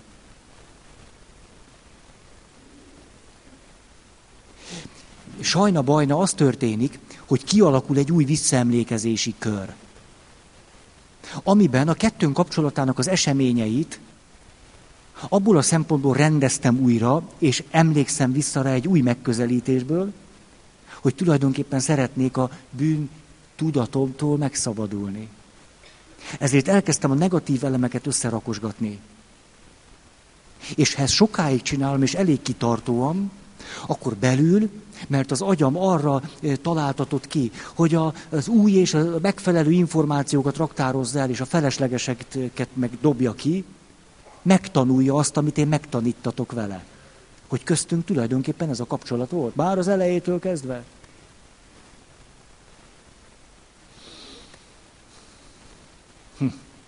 [SPEAKER 1] Sajna-bajna az történik, hogy kialakul egy új visszaemlékezési kör, amiben a kettőnk kapcsolatának az eseményeit abból a szempontból rendeztem újra, és emlékszem vissza rá egy új megközelítésből, hogy tulajdonképpen szeretnék a bűn tudatomtól megszabadulni. Ezért elkezdtem a negatív elemeket összerakosgatni. És ha ezt sokáig csinálom, és elég kitartóan, akkor belül, mert az agyam arra találtatott ki, hogy az új és a megfelelő információkat raktározza el, és a feleslegeseket meg dobja ki, megtanulja azt, amit én megtanítatok vele. Hogy köztünk tulajdonképpen ez a kapcsolat volt. Bár az elejétől kezdve. Hm.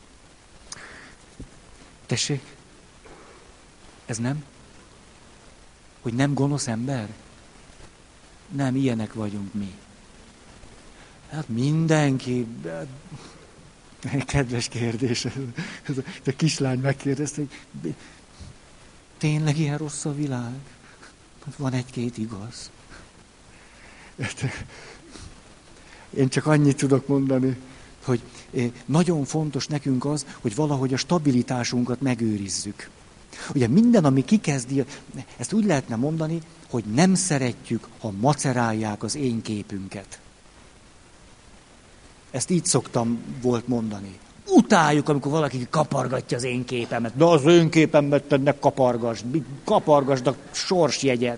[SPEAKER 1] Tessék? Ez nem? Hogy nem gonosz ember? Nem, ilyenek vagyunk mi. Hát mindenki... Kedves kérdés. Ez a, a kislány megkérdezte, hogy tényleg ilyen rossz a világ? Van egy-két igaz. Én csak annyit tudok mondani, hogy nagyon fontos nekünk az, hogy valahogy a stabilitásunkat megőrizzük. Ugye minden, ami kikezdi, ezt úgy lehetne mondani, hogy nem szeretjük, ha macerálják az én képünket. Ezt így szoktam volt mondani. Utáljuk, amikor valaki kapargatja az én képemet. De az én képemet te ne kapargasd. Kapargasd a sorsjegyet.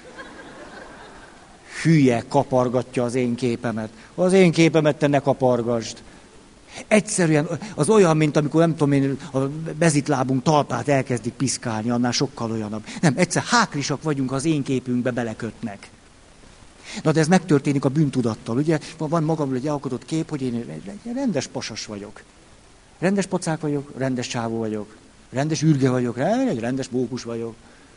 [SPEAKER 1] Hülye kapargatja az én képemet. Az én képemet te ne kapargasd. Egyszerűen az olyan, mint amikor nem tudom én, a bezitlábunk talpát elkezdik piszkálni, annál sokkal olyanabb. Nem, egyszer háklisak vagyunk, az én képünkbe belekötnek. Na de ez megtörténik a bűntudattal, ugye? Van magamról egy alkotott kép, hogy én egy rendes pasas vagyok. Rendes pacák vagyok, rendes csávó vagyok. Rendes ürge vagyok, egy rendes mókus vagyok.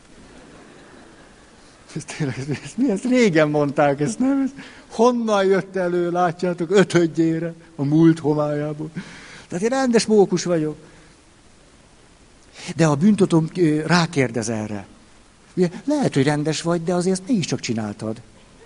[SPEAKER 1] Ez tényleg, ez, ez, mi ezt régen mondták, ezt nem? Ez, honnan jött elő, látjátok, ötödjére, a múlt homályából. Tehát én rendes mókus vagyok. De a bűntudatom rákérdez erre. Ugye, lehet, hogy rendes vagy, de azért ezt mégiscsak csináltad.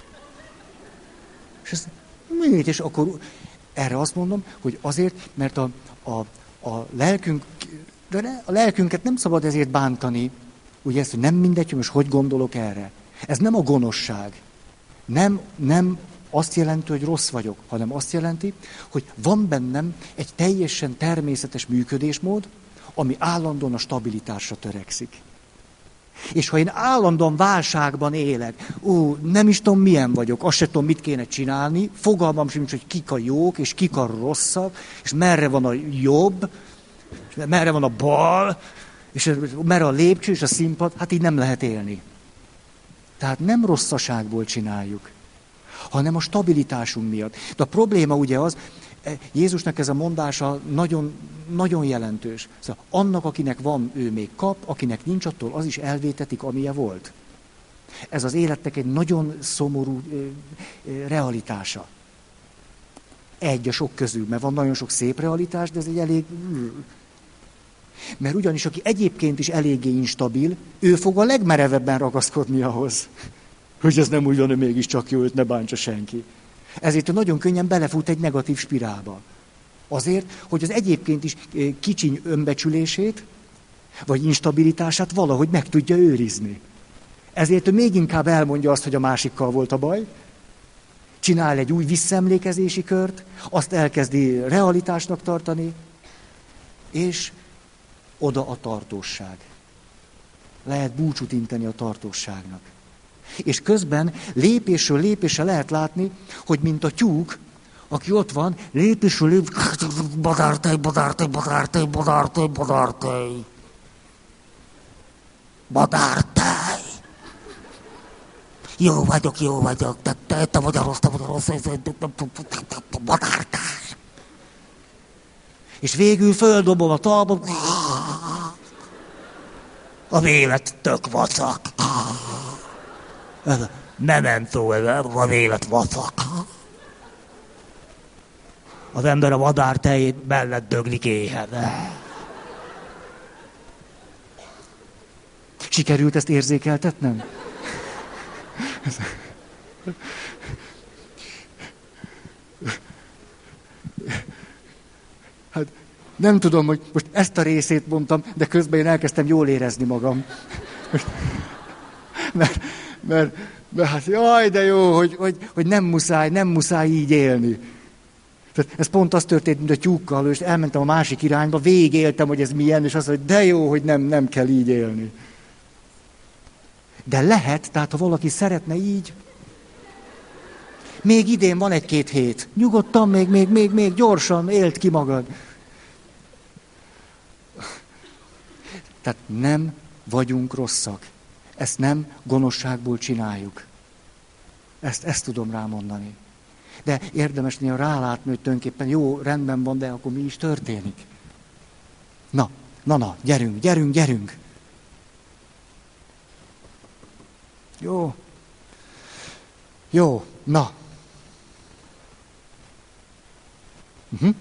[SPEAKER 1] És ez miért? És akkor erre azt mondom, hogy azért, mert a, a, a lelkünk, de a lelkünket nem szabad ezért bántani. Ugye ezt, hogy nem mindegy, hogy most hogy gondolok erre. Ez nem a gonoszság. Nem, nem azt jelenti, hogy rossz vagyok, hanem azt jelenti, hogy van bennem egy teljesen természetes működésmód, ami állandóan a stabilitásra törekszik. És ha én állandóan válságban élek, ó, nem is tudom, milyen vagyok, azt se tudom, mit kéne csinálni, fogalmam sincs, hogy kik a jók, és kik a rosszak, és merre van a jobb, és merre van a bal, és merre a lépcső, és a színpad, hát így nem lehet élni. Tehát nem rosszaságból csináljuk, hanem a stabilitásunk miatt. De a probléma ugye az, Jézusnak ez a mondása nagyon, nagyon jelentős. Szóval annak, akinek van, ő még kap, akinek nincs, attól az is elvétetik, amilyen volt. Ez az életnek egy nagyon szomorú realitása. Egy a sok közül, mert van nagyon sok szép realitás, de ez egy elég... Mert ugyanis, aki egyébként is eléggé instabil, ő fog a legmerevebben ragaszkodni ahhoz, hogy ez nem úgy van, hogy mégiscsak jó, őt ne bántsa senki. Ezért nagyon könnyen belefut egy negatív spirálba. Azért, hogy az egyébként is kicsiny önbecsülését, vagy instabilitását valahogy meg tudja őrizni. Ezért ő még inkább elmondja azt, hogy a másikkal volt a baj, csinál egy új visszaemlékezési kört, azt elkezdi realitásnak tartani, és oda a tartóság. Lehet búcsút inteni a tartóságnak. És közben lépésről lépésre lehet látni, hogy mint a tyúk, aki ott van, lépésről lépésről, badártej, badártej, badártej, badártej, badártej. Badártej. Jó vagyok, jó vagyok, de te, te vagy a rossz, te vagy a rossz, badártej. És végül földobom a talpam, a élet tök vacak. Memento, a élet vacak. Az ember a madár tejét mellett döglik éhen. Sikerült ezt érzékeltetnem? Hát nem tudom, hogy most ezt a részét mondtam, de közben én elkezdtem jól érezni magam. Mert, mert, mert hát jaj, de jó, hogy, hogy, hogy nem muszáj, nem muszáj így élni. Tehát ez pont az történt, mint a tyúkkal, és elmentem a másik irányba, végigéltem, hogy ez milyen, és azt mondja, hogy de jó, hogy nem, nem kell így élni. De lehet, tehát ha valaki szeretne így, még idén van egy-két hét, nyugodtan, még, még, még, még gyorsan éld ki magad. Tehát nem vagyunk rosszak. Ezt nem gonoszságból csináljuk. Ezt, ezt tudom rámondani. De érdemes néha rálátni, hogy tulajdonképpen jó, rendben van, de akkor mi is történik. Na, na, na, gyerünk, gyerünk, gyerünk. Jó. Jó, na. Uh-huh.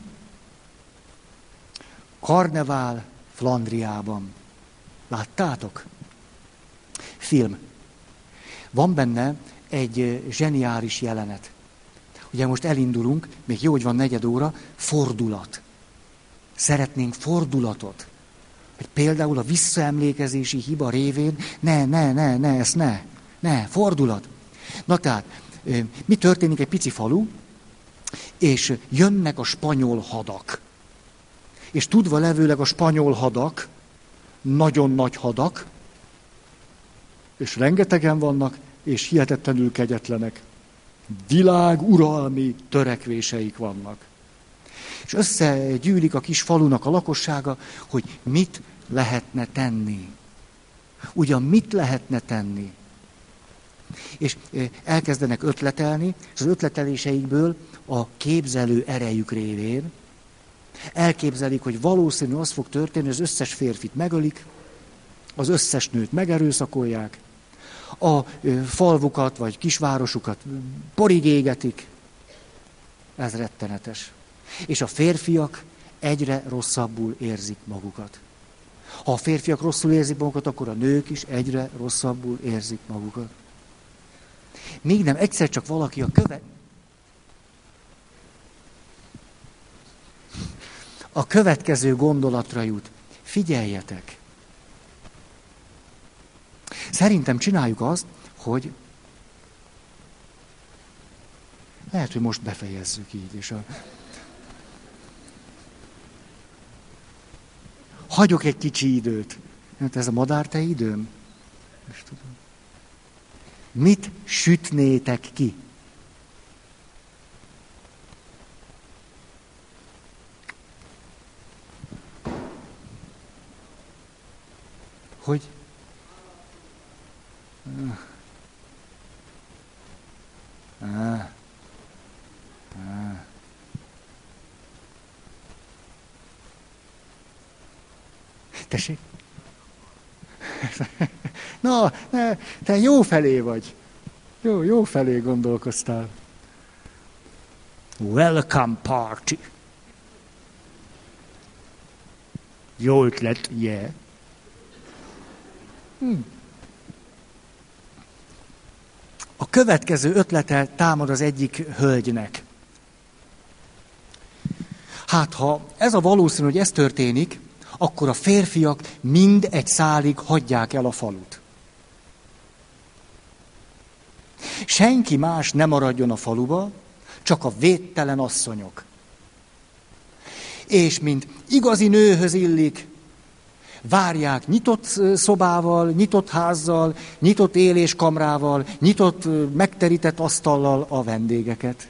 [SPEAKER 1] Karnevál Flandriában. Láttátok? Film. Van benne egy zseniális jelenet. Ugye most elindulunk, még jó, hogy van negyed óra, fordulat. Szeretnénk fordulatot. Hogy például a visszaemlékezési hiba révén, ne, ne, ne, ne, ezt ne, ne, fordulat. Na tehát, mi történik? Egy pici falu, és jönnek a spanyol hadak. És tudva levőleg a spanyol hadak, nagyon nagy hadak, és rengetegen vannak, és hihetetlenül kegyetlenek. Világuralmi törekvéseik vannak. És összegyűlik a kis falunak a lakossága, hogy mit lehetne tenni. Ugyan mit lehetne tenni? És elkezdenek ötletelni, és az ötleteléseikből a képzelő erejük révén elképzelik, hogy valószínű az fog történni, hogy az összes férfit megölik, az összes nőt megerőszakolják, a falvukat vagy kisvárosukat porig égetik. Ez rettenetes. És a férfiak egyre rosszabbul érzik magukat. Ha a férfiak rosszul érzik magukat, akkor a nők is egyre rosszabbul érzik magukat. Még nem, egyszer csak valaki a követ... A következő gondolatra jut. Figyeljetek! Szerintem csináljuk azt, hogy lehet, hogy most befejezzük így, és a... hagyok egy kicsi időt. Hát ez a madár te időm? Most tudom. Mit sütnétek ki? Hogy? Ah. Ah. Ah. Tessék? Na, ne, te jó felé vagy. Jó, jó felé gondolkoztál. Welcome party. Jó ötlet, yeah. Hm. A következő ötlete támad az egyik hölgynek. Hát, ha ez a valószínű, hogy ez történik, akkor a férfiak mind egy szálig hagyják el a falut. Senki más nem maradjon a faluba, csak a véttelen asszonyok. És mint igazi nőhöz illik, várják nyitott szobával, nyitott házzal, nyitott éléskamrával, nyitott megterített asztallal a vendégeket.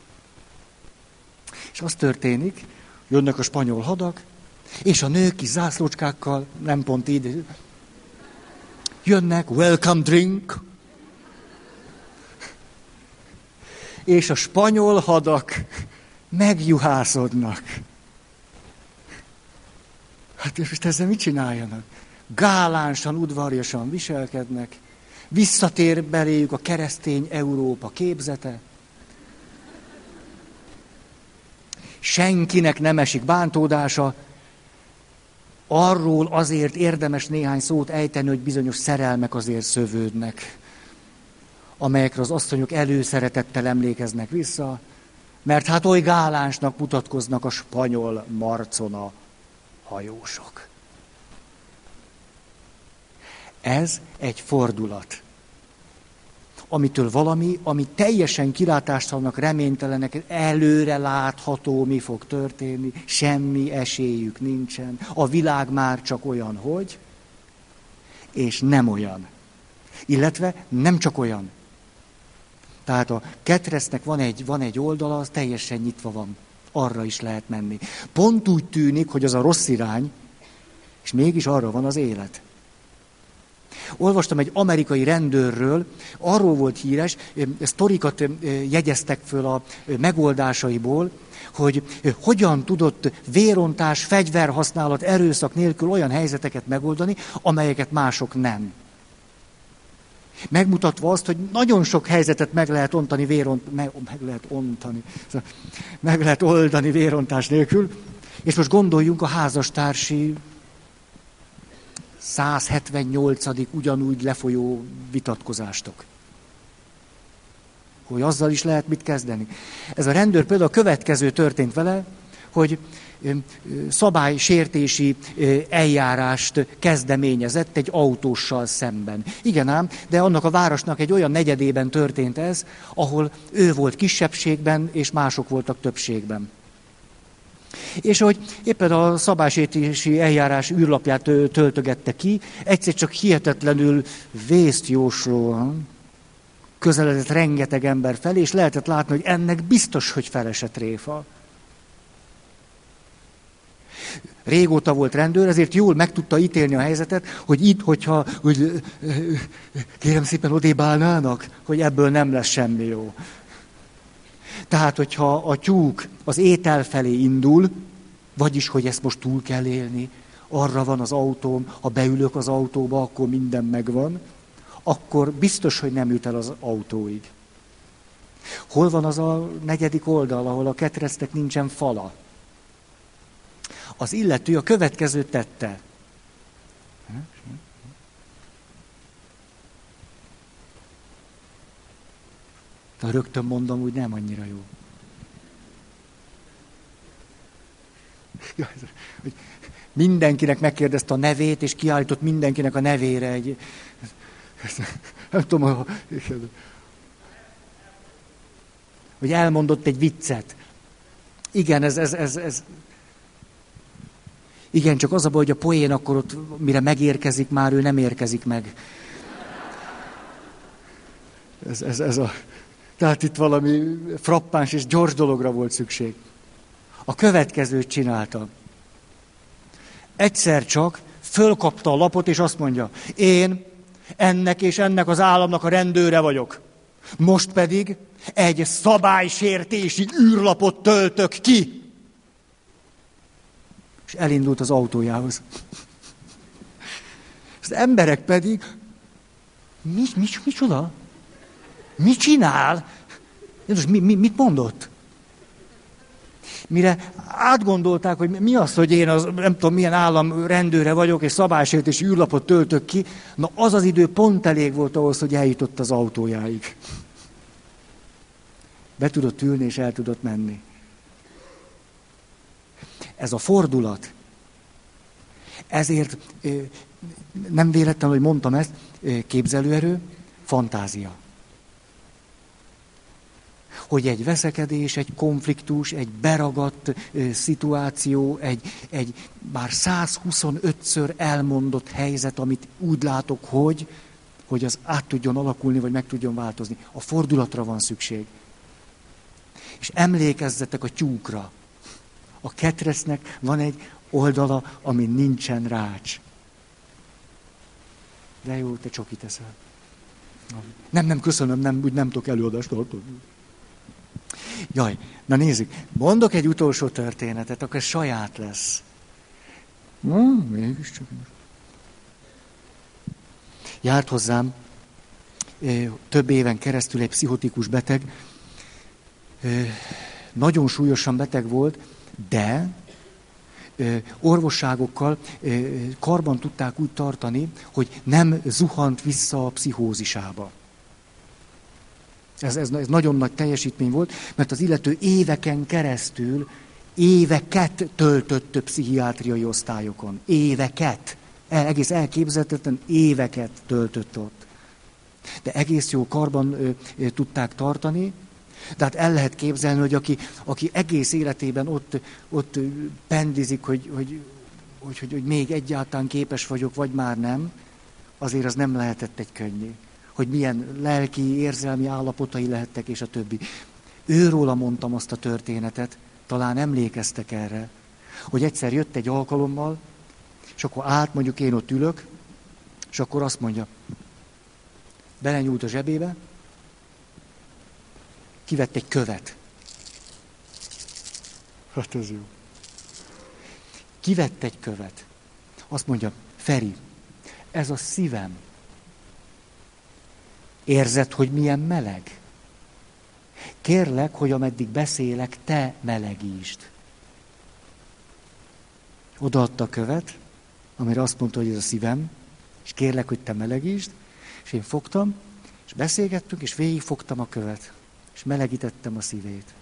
[SPEAKER 1] És az történik, jönnek a spanyol hadak, és a nők kis zászlócskákkal, nem pont így, jönnek, welcome drink, és a spanyol hadak megjuhászodnak. Hát és most ezzel mit csináljanak? Gálánsan, udvarjasan viselkednek, visszatér beléjük a keresztény Európa képzete. Senkinek nem esik bántódása, arról azért érdemes néhány szót ejteni, hogy bizonyos szerelmek azért szövődnek, amelyekre az asszonyok előszeretettel emlékeznek vissza, mert hát oly gálánsnak mutatkoznak a spanyol marcona hajósok. Ez egy fordulat, amitől valami, ami teljesen kilátástalannak, reménytelenek, előre látható, mi fog történni, semmi esélyük nincsen. A világ már csak olyan, hogy, és nem olyan. Illetve nem csak olyan. Tehát a ketresznek van egy, van egy oldala, az teljesen nyitva van. Arra is lehet menni. Pont úgy tűnik, hogy az a rossz irány, és mégis arra van az élet. Olvastam egy amerikai rendőrről, arról volt híres, sztorikat jegyeztek föl a megoldásaiból, hogy hogyan tudott vérontás, fegyverhasználat, erőszak nélkül olyan helyzeteket megoldani, amelyeket mások nem. Megmutatva azt, hogy nagyon sok helyzetet meg lehet ontani, véront, meg, meg lehet ontani, meg lehet oldani vérontás nélkül, és most gondoljunk a házastársi száz hetvennyolcadik ugyanúgy lefolyó vitatkozástok. hogy azzal is lehet mit kezdeni. Ez a rendőr például a következő történt vele, hogy szabálysértési eljárást kezdeményezett egy autóssal szemben. Igen ám, de annak a városnak egy olyan negyedében történt ez, ahol ő volt kisebbségben, és mások voltak többségben. És hogy éppen a szabálysértési eljárás űrlapját töltögette ki, egyszer csak hihetetlenül vésztjóslóan közeledett rengeteg ember felé, és lehetett látni, hogy ennek biztos, hogy felesett réfa. Régóta volt rendőr, ezért jól meg tudta ítélni a helyzetet, hogy itt, hogyha, hogy kérem szépen odébb állnának, hogy ebből nem lesz semmi jó. Tehát, hogyha a tyúk az étel felé indul, vagyis, hogy ezt most túl kell élni, arra van az autóm, ha beülök az autóba, akkor minden megvan, akkor biztos, hogy nem jut el az autóig. Hol van az a negyedik oldal, ahol a ketrecnek nincsen fala? Az illető a következőt tette. De rögtön mondom, úgy nem annyira jó. Mindenkinek megkérdezte a nevét, és kiállított mindenkinek a nevére egy... Nem tudom, hogy elmondott egy viccet. Igen, ez... ez, ez, ez Igen, csak az a baj, hogy a poén akkor ott, mire megérkezik, már ő nem érkezik meg. Ez, ez, ez a... Tehát itt valami frappáns és gyors dologra volt szükség. A következőt csinálta. Egyszer csak fölkapta a lapot, és azt mondja, én ennek és ennek az államnak a rendőre vagyok. Most pedig egy szabálysértési űrlapot töltök ki. És elindult az autójához. Az emberek pedig, mi, mi, micsoda? Mit csinál? Mi, mi, mit mondott? Mire átgondolták, hogy mi az, hogy én az, nem tudom milyen állam rendőre vagyok, és szabálysértési űrlapot töltök ki, na az az idő pont elég volt ahhoz, hogy eljutott az autójáig. Be tudott ülni, és el tudott menni. Ez a fordulat. Ezért nem véletlen, hogy mondtam ezt, képzelőerő, fantázia. Hogy egy veszekedés, egy konfliktus, egy beragadt szituáció, egy, egy már százhuszonötször elmondott helyzet, amit úgy látok, hogy, hogy az át tudjon alakulni, vagy meg tudjon változni. A fordulatra van szükség. És emlékezzetek a tyúkra. A ketrecnek van egy oldala, amin nincsen rács. De jó, te csokit eszel. Nem, nem, köszönöm, nem, úgy nem tudok előadást tartani. Jaj, na nézzük, mondok egy utolsó történetet, akkor ez saját lesz. Na, mégiscsak. Járt hozzám több éven keresztül egy pszichotikus beteg, nagyon súlyosan beteg volt, de orvosságokkal karban tudták úgy tartani, hogy nem zuhant vissza a pszichózisába. Ez, ez, ez nagyon nagy teljesítmény volt, mert az illető éveken keresztül, éveket töltött pszichiátriai osztályokon. Éveket. El, egész elképzelhetetlen éveket töltött ott. De egész jó karban ö, ö, tudták tartani. Tehát el lehet képzelni, hogy aki, aki egész életében ott, ott pendizik, hogy, hogy, hogy, hogy, hogy még egyáltalán képes vagyok, vagy már nem, azért az nem lehetett egy könnyű. Hogy milyen lelki, érzelmi állapotai lehettek, és a többi. Őróla mondtam azt a történetet, talán emlékeztek erre, hogy egyszer jött egy alkalommal, és akkor állt, mondjuk én ott ülök, és akkor azt mondja, belenyúlt a zsebébe, kivett egy követ. Hát ez jó. Kivett egy követ. Azt mondja, Feri, ez a szívem. Érzed, hogy milyen meleg? Kérlek, hogy ameddig beszélek, te melegítsd. Odaadta a követ, amire azt mondta, hogy ez a szívem, és kérlek, hogy te melegítsd, és én fogtam, és beszélgettünk, és végigfogtam a követ. És melegítettem a szívét.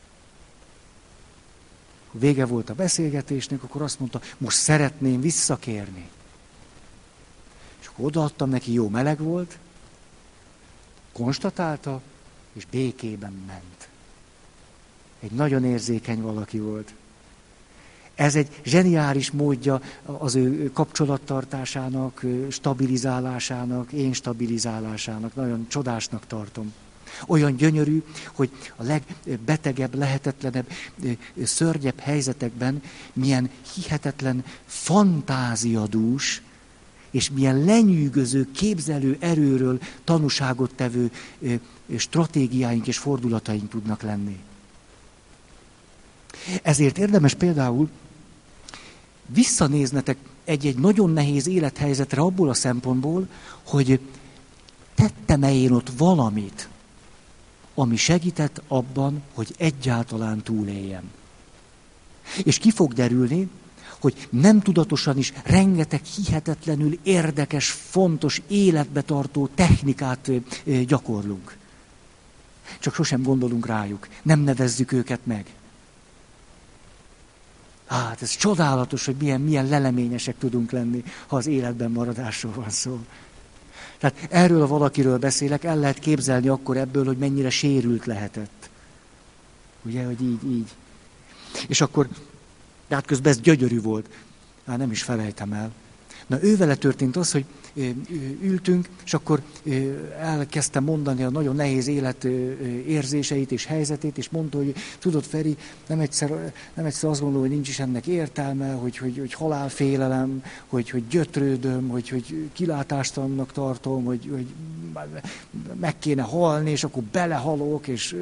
[SPEAKER 1] Vége volt a beszélgetésnek, akkor azt mondta, most szeretném visszakérni. És akkor odaadtam neki, jó meleg volt, konstatálta, és békében ment. Egy nagyon érzékeny valaki volt. Ez egy zseniális módja az ő kapcsolattartásának, stabilizálásának, én stabilizálásának. Nagyon csodásnak tartom. Olyan gyönyörű, hogy a legbetegebb, lehetetlenebb, szörnyebb helyzetekben milyen hihetetlen fantáziadús, és milyen lenyűgöző, képzelő erőről tanúságot tevő stratégiáink és fordulataink tudnak lenni. Ezért érdemes például visszanéznetek egy-egy nagyon nehéz élethelyzetre abból a szempontból, hogy tettem-e én ott valamit, ami segített abban, hogy egyáltalán túléljem. És ki fog derülni, hogy nem tudatosan is rengeteg hihetetlenül érdekes, fontos, életbe tartó technikát gyakorlunk. Csak sosem gondolunk rájuk, nem nevezzük őket meg. Hát ez csodálatos, hogy milyen, milyen leleményesek tudunk lenni, ha az életben maradásról van szó. Tehát erről a valakiről beszélek, el lehet képzelni akkor ebből, hogy mennyire sérült lehetett. Ugye, hogy így, így. És akkor, de hát közben ez gyönyörű volt. Hát nem is felejtem el. Na, ővele történt az, hogy ültünk, és akkor elkezdtem mondani a nagyon nehéz élet érzéseit és helyzetét, és mondta, hogy tudod, Feri, nem egyszer, nem egyszer azt gondolom, hogy nincs is ennek értelme, hogy, hogy, hogy halálfélelem, hogy, hogy gyötrődöm, hogy, hogy kilátástalannak tartom, hogy, hogy meg kéne halni, és akkor belehalok, és...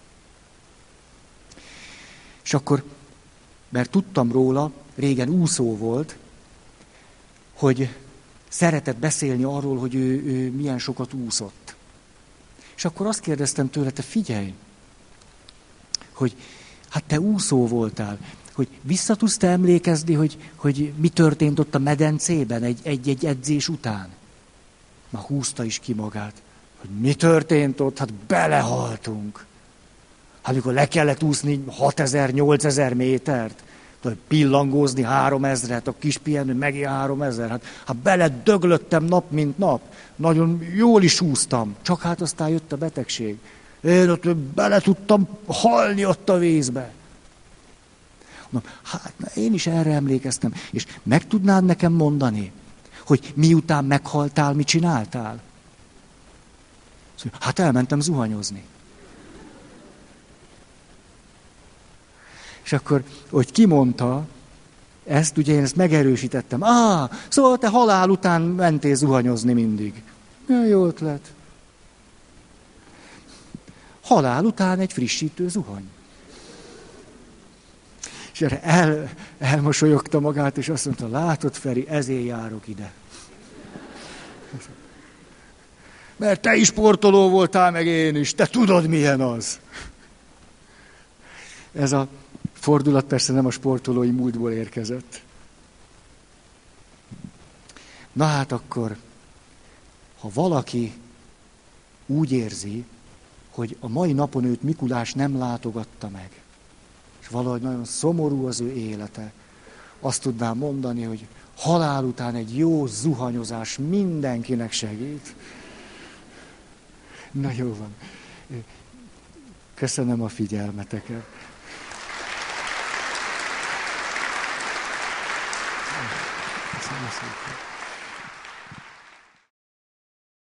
[SPEAKER 1] És akkor, mert tudtam róla, régen úszó volt, hogy szeretett beszélni arról, hogy ő, ő milyen sokat úszott. És akkor azt kérdeztem tőle, te figyelj, hogy hát te úszó voltál, hogy vissza tudsz te emlékezni, hogy, hogy mi történt ott a medencében egy, egy-egy edzés után? Már húzta is ki magát, hogy mi történt ott, hát belehaltunk. Hát amikor le kellett úszni hatezer-nyolcezer métert, pillangózni háromezret, a kis pihenő megint háromezer. Hát, hát beledöglöttem nap, mint nap. Nagyon jól is úsztam. Csak hát aztán jött a betegség. Én ott bele tudtam halni ott a vízbe. Mondom, hát én is erre emlékeztem. És meg tudnád nekem mondani, hogy miután meghaltál, mit csináltál? Hát elmentem zuhanyozni. És akkor, hogy kimondta ezt, ugye én ezt megerősítettem. Á, szóval te halál után mentél zuhanyozni mindig. Ja, jó ötlet. Halál után egy frissítő zuhany. És erre el, elmosolyogta magát, és azt mondta, látod, Feri, ezért járok ide. Mert te is sportoló voltál, meg én is, te tudod, milyen az. Ez a fordulat persze nem a sportolói múltból érkezett. Na hát akkor, ha valaki úgy érzi, hogy a mai napon őt Mikulás nem látogatta meg, és valahogy nagyon szomorú az ő élete, azt tudnám mondani, hogy halál után egy jó zuhanyozás mindenkinek segít. Na jó van. Köszönöm a figyelmeteket. Köszönöm szépen.